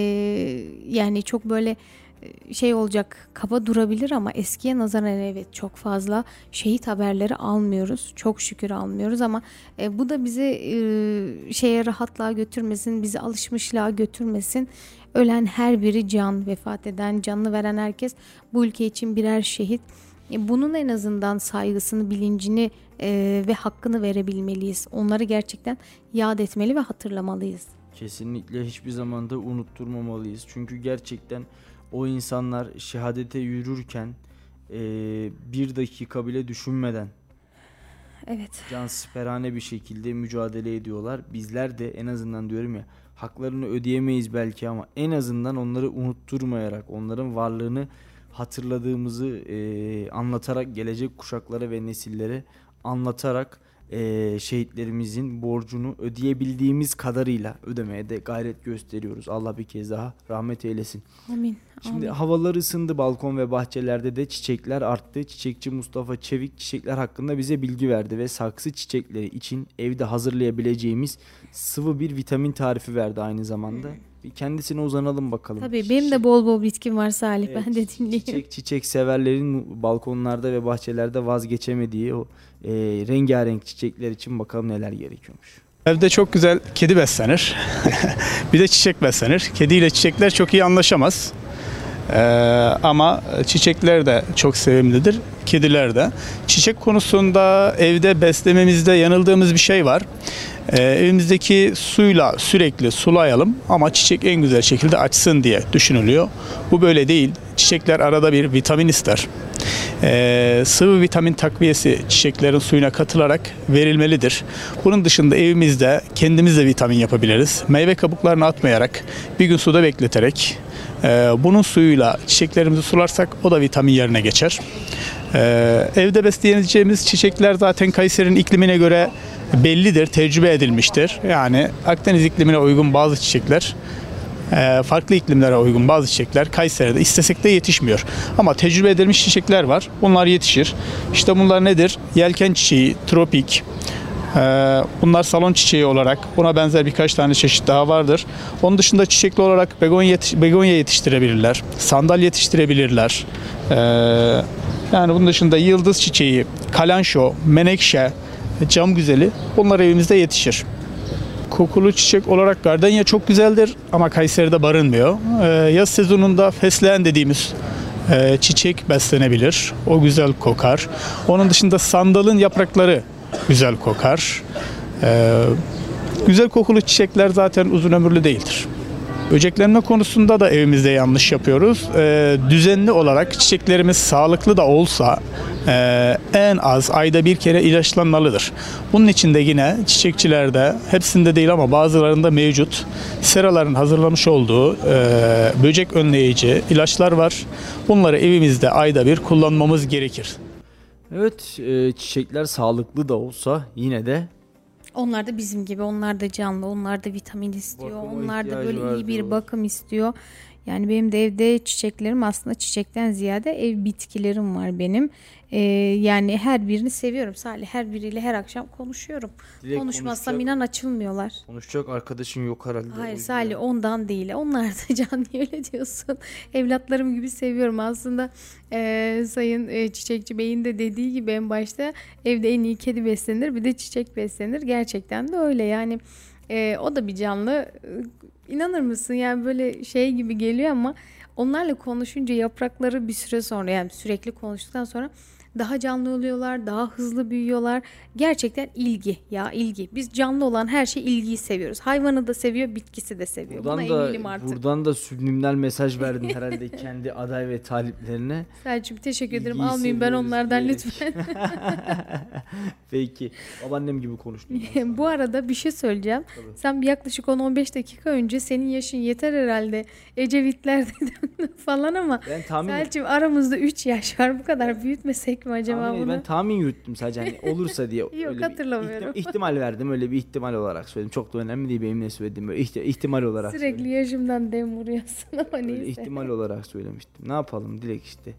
yani çok böyle şey olacak, kafa durabilir ama eskiye nazaran evet çok fazla şehit haberleri almıyoruz. Çok şükür almıyoruz ama bu da bizi rahatlığa götürmesin, bizi alışmışlığa götürmesin. Ölen her biri can, vefat eden, canını veren herkes bu ülke için birer şehit. Bunun en azından saygısını, bilincini ve hakkını verebilmeliyiz. Onları gerçekten yad etmeli ve hatırlamalıyız. Kesinlikle hiçbir zaman da unutturmamalıyız. Çünkü gerçekten o insanlar şehadete yürürken bir dakika bile düşünmeden cansiperane bir şekilde mücadele ediyorlar. Bizler de en azından diyorum ya, haklarını ödeyemeyiz belki ama en azından onları unutturmayarak, onların varlığını hatırladığımızı anlatarak gelecek kuşaklara ve nesillere anlatarak şehitlerimizin borcunu ödeyebildiğimiz kadarıyla ödemeye de gayret gösteriyoruz. Allah bir kez daha rahmet eylesin. Amin. Şimdi havalar ısındı, balkon ve bahçelerde de çiçekler arttı. Çiçekçi Mustafa Çevik çiçekler hakkında bize bilgi verdi ve saksı çiçekleri için evde hazırlayabileceğimiz sıvı bir vitamin tarifi verdi aynı zamanda. Bir kendisine uzanalım bakalım. Tabii benim de bol bol bitkim var Salih, ben de dinleyeyim. Çiçek severlerin balkonlarda ve bahçelerde vazgeçemediği o rengarenk çiçekler için bakalım neler gerekiyormuş. Evde çok güzel kedi beslenir. Bir de çiçek beslenir. Kediyle çiçekler çok iyi anlaşamaz. Ama çiçekler de çok sevimlidir. Kediler de. Çiçek konusunda evde beslememizde yanıldığımız bir şey var. Evimizdeki suyla sürekli sulayalım ama çiçek en güzel şekilde açsın diye düşünülüyor. Bu böyle değil. Çiçekler arada bir vitamin ister. Sıvı vitamin takviyesi çiçeklerin suyuna katılarak verilmelidir. Bunun dışında evimizde kendimiz de vitamin yapabiliriz. Meyve kabuklarını atmayarak bir gün suda bekleterek bunun suyuyla çiçeklerimizi sularsak o da vitamin yerine geçer. Evde besleyeceğimiz çiçekler zaten Kayseri'nin iklimine göre bellidir, tecrübe edilmiştir. Yani Akdeniz iklimine uygun bazı çiçekler, farklı iklimlere uygun bazı çiçekler Kayseri'de istesek de yetişmiyor. Ama tecrübe edilmiş çiçekler var. Bunlar yetişir. İşte bunlar nedir? Yelken çiçeği, tropik. Bunlar salon çiçeği olarak. Buna benzer birkaç tane çeşit daha vardır. Onun dışında çiçekli olarak begonya yetiştirebilirler. Sandal yetiştirebilirler. Yani bunun dışında yıldız çiçeği, kalanşo, menekşe, cam güzeli bunlar evimizde yetişir. Kokulu çiçek olarak gardenya çok güzeldir ama Kayseri'de barınmıyor. Yaz sezonunda fesleğen dediğimiz çiçek beslenebilir. O güzel kokar. Onun dışında sandalın yaprakları güzel kokar. Güzel kokulu çiçekler zaten uzun ömürlü değildir. Böceklenme konusunda da evimizde yanlış yapıyoruz. Düzenli olarak çiçeklerimiz sağlıklı da olsa en az ayda bir kere ilaçlanmalıdır. Bunun için de yine çiçekçilerde, hepsinde değil ama bazılarında mevcut, seraların hazırlamış olduğu böcek önleyici ilaçlar var. Bunları evimizde ayda bir kullanmamız gerekir. Evet, çiçekler sağlıklı da olsa yine de Onlar da bizim gibi, onlar da canlı, onlar da vitamin istiyor, Bakıma onlar da ihtiyacı böyle var iyi bir diyorlar. bakım istiyor. Yani benim de evde çiçeklerim, aslında çiçekten ziyade ev bitkilerim var benim. Yani her birini seviyorum Salih, her biriyle her akşam konuşuyorum. Direkt Konuşmazsam konuşacak- inan açılmıyorlar. konuşacak arkadaşın yok herhalde. Hayır O yüzden- Salih, ondan değil. Onlar da can, niye öyle diyorsun? Evlatlarım gibi seviyorum aslında. Sayın Çiçekçi Bey'in de dediği gibi en başta evde en iyi kedi beslenir, bir de çiçek beslenir. Gerçekten de öyle yani. O da bir canlı. İnanır mısın yani, böyle şey gibi geliyor ama onlarla konuşunca yaprakları bir süre sonra, yani sürekli konuştuktan sonra daha canlı oluyorlar, daha hızlı büyüyorlar. Gerçekten ilgi, ya ilgi. Biz canlı olan her şey, ilgiyi seviyoruz. Hayvanı da seviyor, bitkisi de seviyor. Buna eminim artık. Buradan da subliminal mesaj verdin herhalde kendi aday ve taliplerine. Selçuk, teşekkür ederim. İlgiyi Almayayım ben seviyoruz onlardan diyerek. lütfen. Peki. Babaannem gibi konuştun. Bu arada bir şey söyleyeceğim. Tabii. Sen bir yaklaşık 10-15 dakika önce senin yaşın yeter herhalde Ecevitler dedim falan ama Ben tahmin Selçuk, aramızda 3 yaş var. Bu kadar büyütmesek mi acaba bunu? Ben tahmin yürüttüm sadece hani olursa diye. öyle bir hatırlamıyorum. ihtimal verdim, öyle bir ihtimal olarak söyledim. Çok da önemli değil benim ne söylediğim, böyle ihtimal olarak Sürekli söyledim. yaşımdan dem vuruyorsun ama Öyle neyse. ihtimal olarak söylemiştim. Ne yapalım Dilek işte.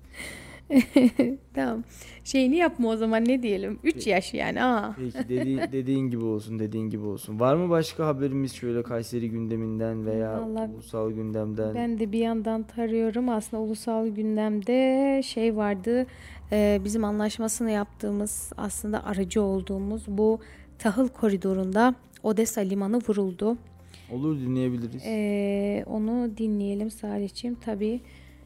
Tamam. Şeyini yapma o zaman, ne diyelim? 3 yaş yani. Aa. Peki dediğin gibi olsun, dediğin gibi olsun. Var mı başka haberimiz şöyle Kayseri gündeminden veya Vallahi ulusal gündemden? Ben de bir yandan tarıyorum. Aslında ulusal gündemde şey vardı. Bizim anlaşmasını yaptığımız, aslında aracı olduğumuz bu tahıl koridorunda Odessa limanı vuruldu. Olur, dinleyebiliriz. Onu dinleyelim Salih'ciğim. Tabii.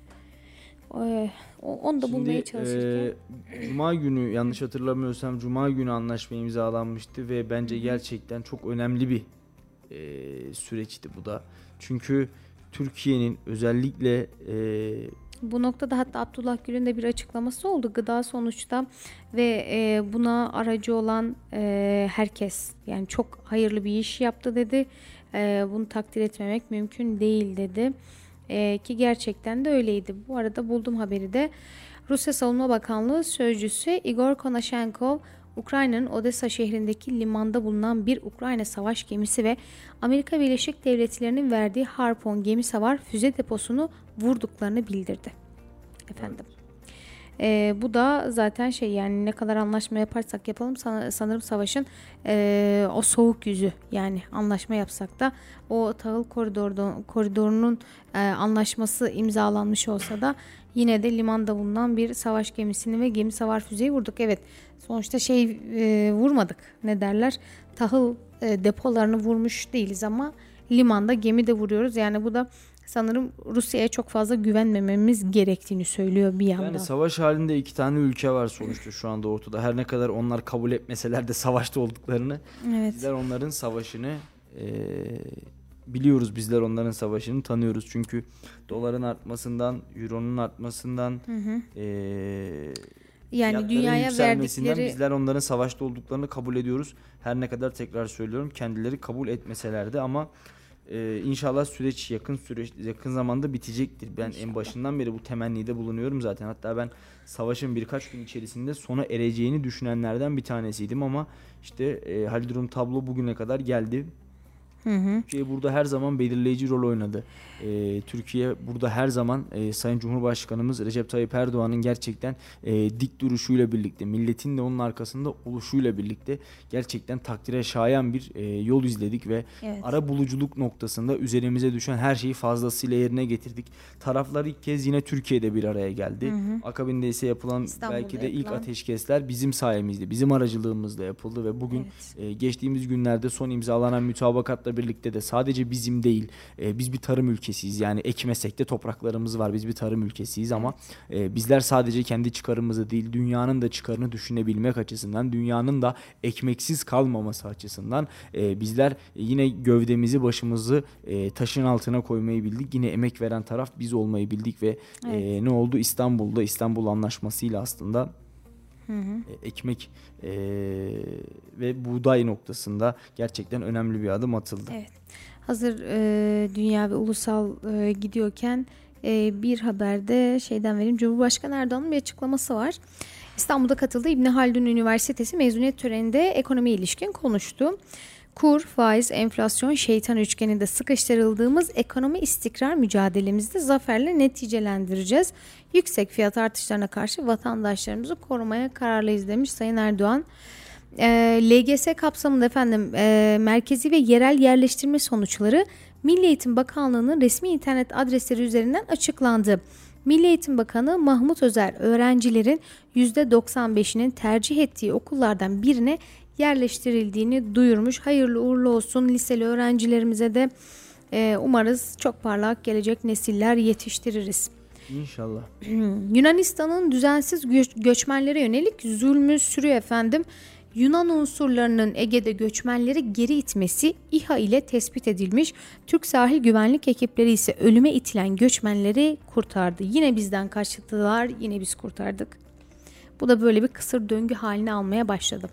Onu da bulmaya çalışırken. Cuma günü, yanlış hatırlamıyorsam Cuma günü anlaşma imzalanmıştı ve bence gerçekten çok önemli bir süreçti bu da. Çünkü Türkiye'nin özellikle Bu noktada hatta Abdullah Gül'ün de bir açıklaması oldu. Gıda sonuçta ve buna aracı olan herkes, yani çok hayırlı bir iş yaptı dedi. Bunu takdir etmemek mümkün değil dedi. Ki gerçekten de öyleydi. Bu arada buldum haberi de. Rusya Savunma Bakanlığı Sözcüsü Igor Konashenkov, Ukrayna'nın Odessa şehrindeki limanda bulunan bir Ukrayna savaş gemisi ve Amerika Birleşik Devletleri'nin verdiği Harpoon gemi savar füze deposunu vurduklarını bildirdi. Efendim. Bu da zaten yani ne kadar anlaşma yaparsak yapalım sanırım savaşın o soğuk yüzü, yani anlaşma yapsak da o tahıl koridorunun anlaşması imzalanmış olsa da yine de limanda bulunan bir savaş gemisini ve gemi savar füzeyi vurduk. Evet, sonuçta vurmadık, ne derler, tahıl depolarını vurmuş değiliz ama limanda gemi de vuruyoruz. Yani bu da sanırım Rusya'ya çok fazla güvenmememiz gerektiğini söylüyor bir yandan. Yani savaş halinde 2 tane ülke var sonuçta şu anda ortada. Her ne kadar onlar kabul etmeseler de savaşta olduklarını. Evet. Bizler onların savaşını biliyoruz. Bizler onların savaşını tanıyoruz. Çünkü doların artmasından, euronun artmasından, yani dünyaya verdikleri, bizler onların savaşta olduklarını kabul ediyoruz. Her ne kadar tekrar söylüyorum kendileri kabul etmeseler de ama İnşallah süreç yakın zamanda bitecektir. Ben İnşallah. En başından beri bu temennide bulunuyorum zaten. Hatta ben savaşın birkaç gün içerisinde sona ereceğini düşünenlerden bir tanesiydim ama işte hal durum tablo bugüne kadar geldi. Türkiye burada her zaman belirleyici rol oynadı. Türkiye burada her zaman Sayın Cumhurbaşkanımız Recep Tayyip Erdoğan'ın gerçekten dik duruşuyla birlikte, milletin de onun arkasında oluşuyla birlikte gerçekten takdire şayan bir yol izledik ve ara buluculuk noktasında üzerimize düşen her şeyi fazlasıyla yerine getirdik. Taraflar ilk kez yine Türkiye'de bir araya geldi. Akabinde ise yapılan belki de ilk ateşkesler bizim sayemizde, bizim aracılığımızla yapıldı ve bugün geçtiğimiz günlerde son imzalanan mütabakatla birlikte de sadece bizim değil, biz bir tarım ülkesiyiz. Yani ekmesek de topraklarımız var. Biz bir tarım ülkesiyiz ama bizler sadece kendi çıkarımızı değil, dünyanın da çıkarını düşünebilmek açısından, dünyanın da ekmeksiz kalmaması açısından bizler yine gövdemizi, başımızı taşın altına koymayı bildik. Yine emek veren taraf biz olmayı bildik ve ne oldu? İstanbul'da İstanbul Anlaşması'yla aslında ekmek ve buğday noktasında gerçekten önemli bir adım atıldı. Evet. Hazır dünya ve ulusal gidiyorken bir haberde şeyden vereyim. Cumhurbaşkanı Erdoğan'ın bir açıklaması var. İstanbul'da katıldığı İbn Haldun Üniversitesi mezuniyet töreninde ekonomiye ilişkin konuştu. Kur, faiz, enflasyon, şeytan üçgeninde sıkıştırıldığımız ekonomi istikrar mücadelemizde zaferle neticelendireceğiz. Yüksek fiyat artışlarına karşı vatandaşlarımızı korumaya kararlıyız demiş Sayın Erdoğan. LGS kapsamında merkezi ve yerel yerleştirme sonuçları Milli Eğitim Bakanlığı'nın resmi internet adresleri üzerinden açıklandı. Milli Eğitim Bakanı Mahmut Özer öğrencilerin %95'inin tercih ettiği okullardan birine yerleştirildiğini duyurmuş. Hayırlı uğurlu olsun liseli öğrencilerimize de umarız çok parlak gelecek nesiller yetiştiririz. İnşallah. Yunanistan'ın düzensiz göçmenlere yönelik zulmü sürüyor efendim. Yunan unsurlarının Ege'de göçmenleri geri itmesi İHA ile tespit edilmiş. Türk sahil güvenlik ekipleri ise ölüme itilen göçmenleri kurtardı. Yine bizden kaçtılar, yine biz kurtardık. Bu da böyle bir kısır döngü halini almaya başladı.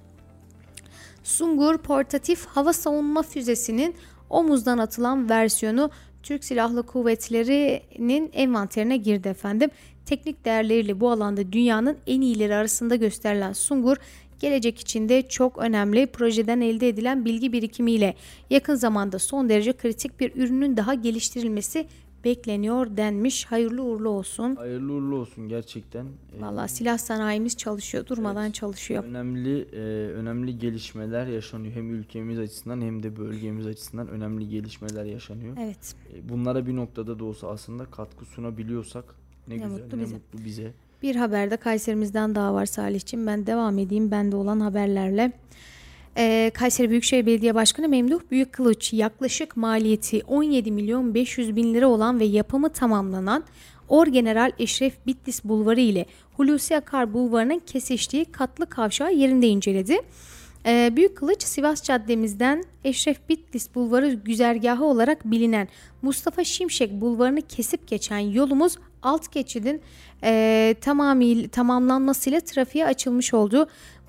Sungur portatif hava savunma füzesinin omuzdan atılan versiyonu Türk Silahlı Kuvvetleri'nin envanterine girdi efendim. Teknik değerleriyle bu alanda dünyanın en iyileri arasında gösterilen Sungur, gelecek içinde çok önemli projeden elde edilen bilgi birikimiyle yakın zamanda son derece kritik bir ürünün daha geliştirilmesi bekleniyor denmiş. Hayırlı uğurlu olsun. Hayırlı uğurlu olsun gerçekten. Vallahi silah sanayimiz çalışıyor, durmadan çalışıyor. Önemli gelişmeler yaşanıyor. Hem ülkemiz açısından hem de bölgemiz açısından önemli gelişmeler yaşanıyor. Evet. Bunlara bir noktada da olsa aslında katkı sunabiliyorsak ne güzel, mutlu bize. Bir haber de Kayserimizden daha var Salihciğim. Ben devam edeyim bende olan haberlerle. Kayseri Büyükşehir Belediye Başkanı Memduh Büyükkılıç yaklaşık maliyeti 17 milyon 500 bin lira olan ve yapımı tamamlanan Orgeneral Eşref Bitlis Bulvarı ile Hulusi Akar Bulvarı'nın kesiştiği katlı kavşağı yerinde inceledi. Büyükkılıç Sivas Caddemizden Eşref Bitlis Bulvarı güzergahı olarak bilinen Mustafa Şimşek Bulvarı'nı kesip geçen yolumuz alt geçidin tamamlanmasıyla trafiğe açılmış oldu.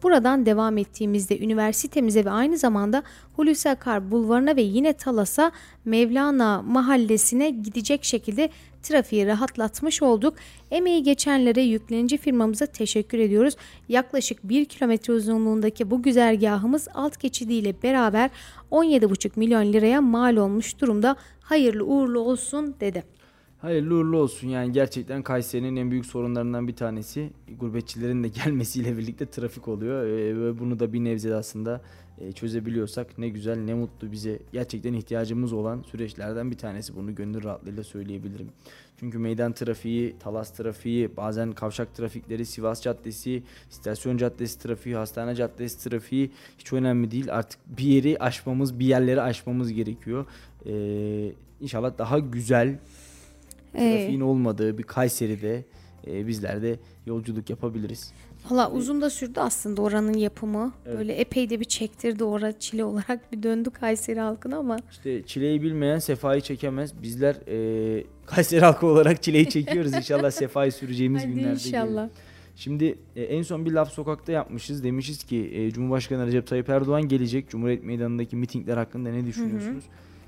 buradan devam ettiğimizde üniversitemize ve aynı zamanda Hulusi Akar Bulvarı'na ve yine Talas'a, Mevlana Mahallesi'ne gidecek şekilde trafiği rahatlatmış olduk. Emeği geçenlere, yüklenici firmamıza teşekkür ediyoruz. Yaklaşık 1 kilometre uzunluğundaki bu güzergahımız alt geçidiyle beraber 17,5 milyon liraya mal olmuş durumda. Hayırlı uğurlu olsun dedi. Hayırlı uğurlu olsun. Yani gerçekten Kayseri'nin en büyük sorunlarından bir tanesi gurbetçilerin de gelmesiyle birlikte trafik oluyor. Ve bunu da bir nebze aslında çözebiliyorsak ne güzel, ne mutlu. Bize gerçekten ihtiyacımız olan süreçlerden bir tanesi, bunu gönül rahatlığıyla söyleyebilirim. Çünkü meydan trafiği, Talas trafiği, bazen kavşak trafikleri, Sivas Caddesi, İstasyon Caddesi trafiği, Hastane Caddesi trafiği hiç önemli değil. Artık bir yeri aşmamız, bir yerleri aşmamız gerekiyor. İnşallah daha güzel trafiğin olmadığı bir Kayseri'de bizler de yolculuk yapabiliriz. Valla uzun da sürdü aslında oranın yapımı. Evet. Böyle epey de bir çektirdi, orada çile olarak bir döndü Kayseri halkına ama. İşte çileyi bilmeyen sefayı çekemez. Bizler Kayseri halkı olarak çileyi çekiyoruz. İnşallah sefayı süreceğimiz günlerde inşallah. Gelir. Şimdi en son bir laf sokakta yapmışız. Demişiz ki Cumhurbaşkanı Recep Tayyip Erdoğan gelecek. Cumhuriyet Meydanı'ndaki mitingler hakkında ne düşünüyorsunuz?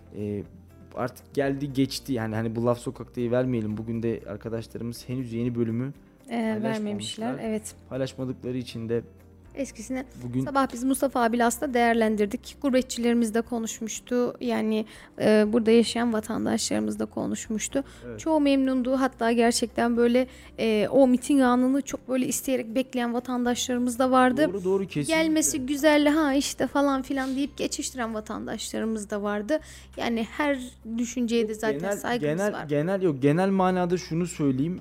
Artık geldi geçti. Yani hani bu laf sokaktayı vermeyelim. Bugün de arkadaşlarımız henüz yeni bölümü vermemişler. Evet. Paylaşmadıkları için de eskisine bugün sabah biz Mustafa abiyle aslında değerlendirdik. Gurbetçilerimiz de konuşmuştu. Yani burada yaşayan vatandaşlarımız da konuşmuştu. Evet. Çoğu memnundu. Hatta gerçekten böyle o miting anını çok böyle isteyerek bekleyen vatandaşlarımız da vardı. Doğru kesinlikle. Gelmesi güzel işte falan filan deyip geçiştiren vatandaşlarımız da vardı. Yani her düşünceye de zaten saygımız var. Genel manada şunu söyleyeyim.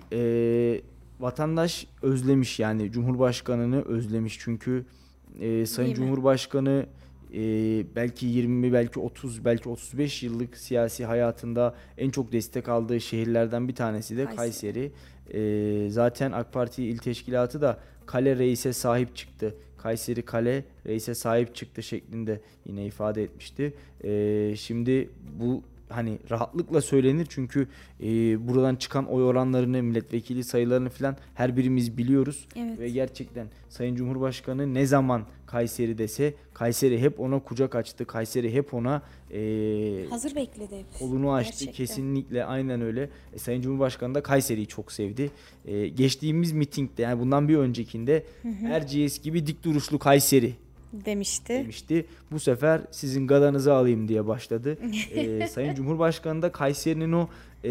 Vatandaş özlemiş, yani Cumhurbaşkanı'nı özlemiş. Çünkü Sayın Cumhurbaşkanı belki 20, belki 30, belki 35 yıllık siyasi hayatında en çok destek aldığı şehirlerden bir tanesi de Kayseri. Zaten AK Parti İl Teşkilatı da Kale Reis'e sahip çıktı. Kayseri Kale Reis'e sahip çıktı şeklinde yine ifade etmişti. Şimdi bu hani rahatlıkla söylenir çünkü buradan çıkan oy oranlarını, milletvekili sayılarını falan her birimiz biliyoruz. Evet. Ve gerçekten Sayın Cumhurbaşkanı ne zaman Kayseri dese Kayseri hep ona kucak açtı. Kayseri hep ona hazır bekledi hep. Kolunu açtı. Gerçekten. Kesinlikle aynen öyle. Sayın Cumhurbaşkanı da Kayseri'yi çok sevdi. Geçtiğimiz mitingde, yani bundan bir öncekinde Erciyes gibi dik duruşlu Kayseri demişti. Bu sefer sizin gadanızı alayım diye başladı. Sayın Cumhurbaşkanı da Kayseri'nin o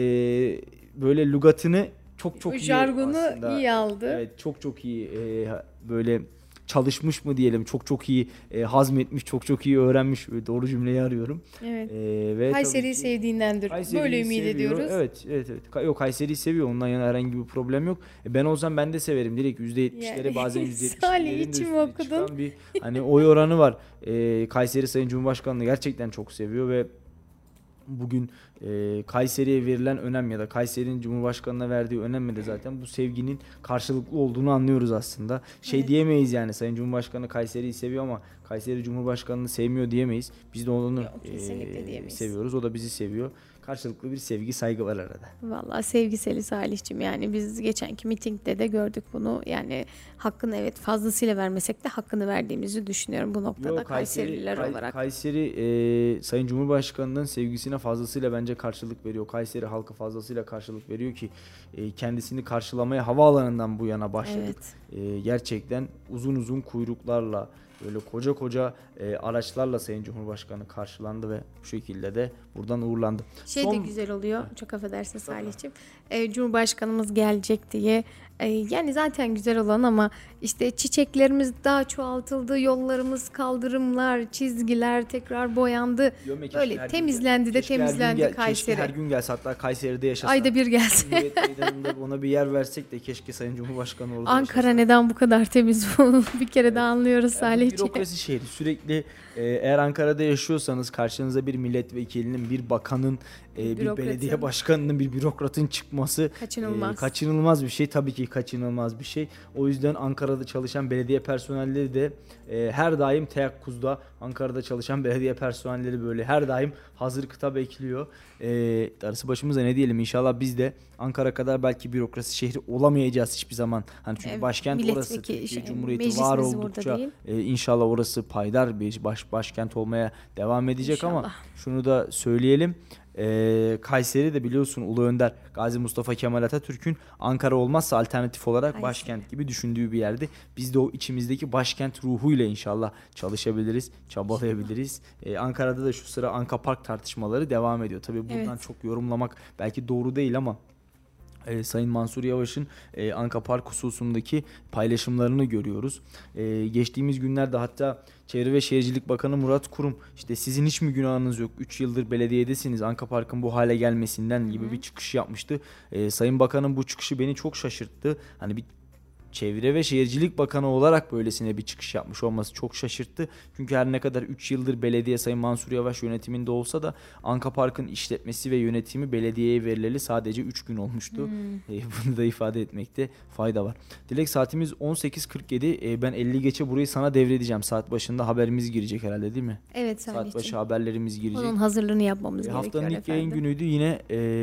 böyle lügatını çok iyi jargonu aslında. iyi aldı. Evet, çok iyi böyle çalışmış mı diyelim, çok iyi hazmetmiş, çok iyi öğrenmiş. Doğru cümleyi arıyorum. Evet. Ve Kayseri'yi sevdiğindendir. Böyle ümit ediyoruz. Evet. Yok, Kayseri'yi seviyor. Ondan yana herhangi bir problem yok. Ben olsam ben de severim. Direkt %70'leri bazen %70'lerin üstüne çıkan bir hani oy oranı var. Kayseri Sayın Cumhurbaşkanı'nı gerçekten çok seviyor ve bugün Kayseri'ye verilen önem ya da Kayseri'nin Cumhurbaşkanı'na verdiği önemle de zaten bu sevginin karşılıklı olduğunu anlıyoruz aslında. Diyemeyiz yani, Sayın Cumhurbaşkanı Kayseri'yi seviyor ama Kayseri Cumhurbaşkanı'nı sevmiyor diyemeyiz. Biz de onu seviyoruz. O da bizi seviyor. Karşılıklı bir sevgi, saygı var arada. Vallahi sevgiseli Salih'cim, yani biz geçenki mitingde de gördük bunu. Yani hakkını evet fazlasıyla vermesek de hakkını verdiğimizi düşünüyorum bu noktada Kayserililer olarak. Kayseri Sayın Cumhurbaşkanı'nın sevgisine fazlasıyla bence karşılık veriyor. Kayseri halkı fazlasıyla karşılık veriyor ki kendisini karşılamaya havaalanından bu yana başladık. Evet. Gerçekten uzun kuyruklarla, böyle koca araçlarla Sayın Cumhurbaşkanı karşılandı ve bu şekilde de buradan uğurlandı. De güzel oluyor. Çok affedersin Salih'ciğim. Cumhurbaşkanımız gelecek diye. Yani zaten güzel olan ama işte çiçeklerimiz daha çoğaltıldı. Yollarımız, kaldırımlar, çizgiler tekrar boyandı. Böyle temizlendi Kayseri. Keşke her gün gelse, hatta Kayseri'de yaşasa. Ayda bir gelse. Cumhuriyet Meydanı'nda ona bir yer versek de keşke Sayın Cumhurbaşkanı orada Ankara yaşasa. Neden bu kadar temiz bunu bir kere daha anlıyoruz Salih'ciğim. Bürokrasi şehri. Sürekli eğer Ankara'da yaşıyorsanız karşınıza bir milletvekilinin, bir bakanın, bir belediye başkanının, bir bürokratın çıkması kaçınılmaz bir şey. Tabii ki kaçınılmaz bir şey. O yüzden Ankara'da çalışan belediye personelleri de her daim teyakkuzda. Ankara'da çalışan belediye personelleri böyle her daim hazır kıta bekliyor. Darısı başımıza ne diyelim, inşallah biz de Ankara kadar belki bürokrasi şehri olamayacağız hiçbir zaman. Hani çünkü başkent orası, Türkiye Cumhuriyeti var oldukça inşallah orası payidar bir başkent olmaya devam edecek inşallah. Ama şunu da söyleyelim. Kayseri de biliyorsun Ulu Önder Gazi Mustafa Kemal Atatürk'ün Ankara olmazsa alternatif olarak başkent gibi düşündüğü bir yerdi. Biz de o içimizdeki başkent ruhuyla inşallah çalışabiliriz, çabalayabiliriz. Ankara'da da şu sıra Anka Park tartışmaları devam ediyor. Tabii buradan çok yorumlamak belki doğru değil ama Sayın Mansur Yavaş'ın Anka Park hususundaki paylaşımlarını görüyoruz. Geçtiğimiz günlerde hatta Çevre ve Şehircilik Bakanı Murat Kurum işte sizin hiç mi günahınız yok? 3 yıldır belediyedesiniz. Anka Park'ın bu hale gelmesinden gibi bir çıkış yapmıştı. Sayın Bakan'ın bu çıkışı beni çok şaşırttı. Hani bir Çevre ve Şehircilik Bakanı olarak böylesine bir çıkış yapmış olması çok şaşırttı. Çünkü her ne kadar 3 yıldır belediye Sayın Mansur Yavaş yönetiminde olsa da Anka Park'ın işletmesi ve yönetimi belediyeye verileli sadece 3 gün olmuştu. Bunu da ifade etmekte fayda var. Dilek, saatimiz 18.47. Ben 50 geçe burayı sana devredeceğim. Saat başında haberimiz girecek herhalde değil mi? Evet Salih'ciğim. Saat başı haberlerimiz girecek. Onun hazırlığını yapmamız gerekiyor haftanın ilk efendim. yayın günüydü. Yine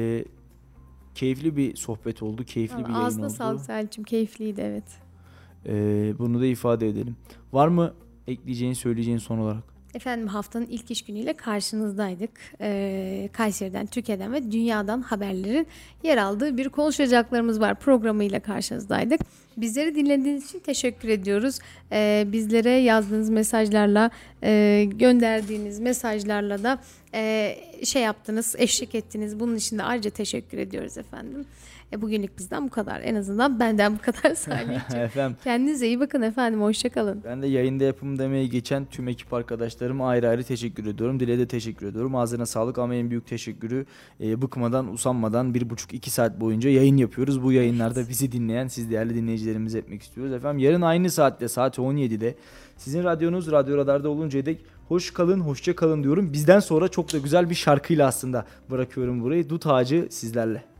keyifli bir sohbet oldu. Keyifli bir yayın oldu. Ağzına sağlık Salih'ciğim. Keyifliydi evet. Bunu da ifade edelim. Var mı ekleyeceğin, söyleyeceğin son olarak? Efendim haftanın ilk iş günüyle karşınızdaydık. Kayseri'den, Türkiye'den ve dünyadan haberlerin yer aldığı bir konuşacaklarımız var programıyla karşınızdaydık. Bizleri dinlediğiniz için teşekkür ediyoruz. Bizlere yazdığınız mesajlarla, gönderdiğiniz mesajlarla da yaptınız, eşlik ettiniz. Bunun için de ayrıca teşekkür ediyoruz efendim. Bugünlük bizden bu kadar. En azından benden bu kadar Salih'ciğim. Kendinize iyi bakın efendim. Hoşçakalın. Ben de yayında yapım demeye geçen tüm ekip arkadaşlarıma ayrı ayrı teşekkür ediyorum. Dile'ye de teşekkür ediyorum. Ağzına sağlık ama en büyük teşekkürü bıkmadan, usanmadan 1,5-2 saat boyunca yayın yapıyoruz. Bu yayınlarda bizi dinleyen siz değerli dinleyicilerimize etmek istiyoruz. Efendim yarın aynı saatte, saat 17'de sizin radyonuz Radyo Radar'da oluncaya dek hoş kalın, hoşça kalın diyorum. Bizden sonra çok da güzel bir şarkıyla aslında bırakıyorum burayı. Dut Ağacı sizlerle.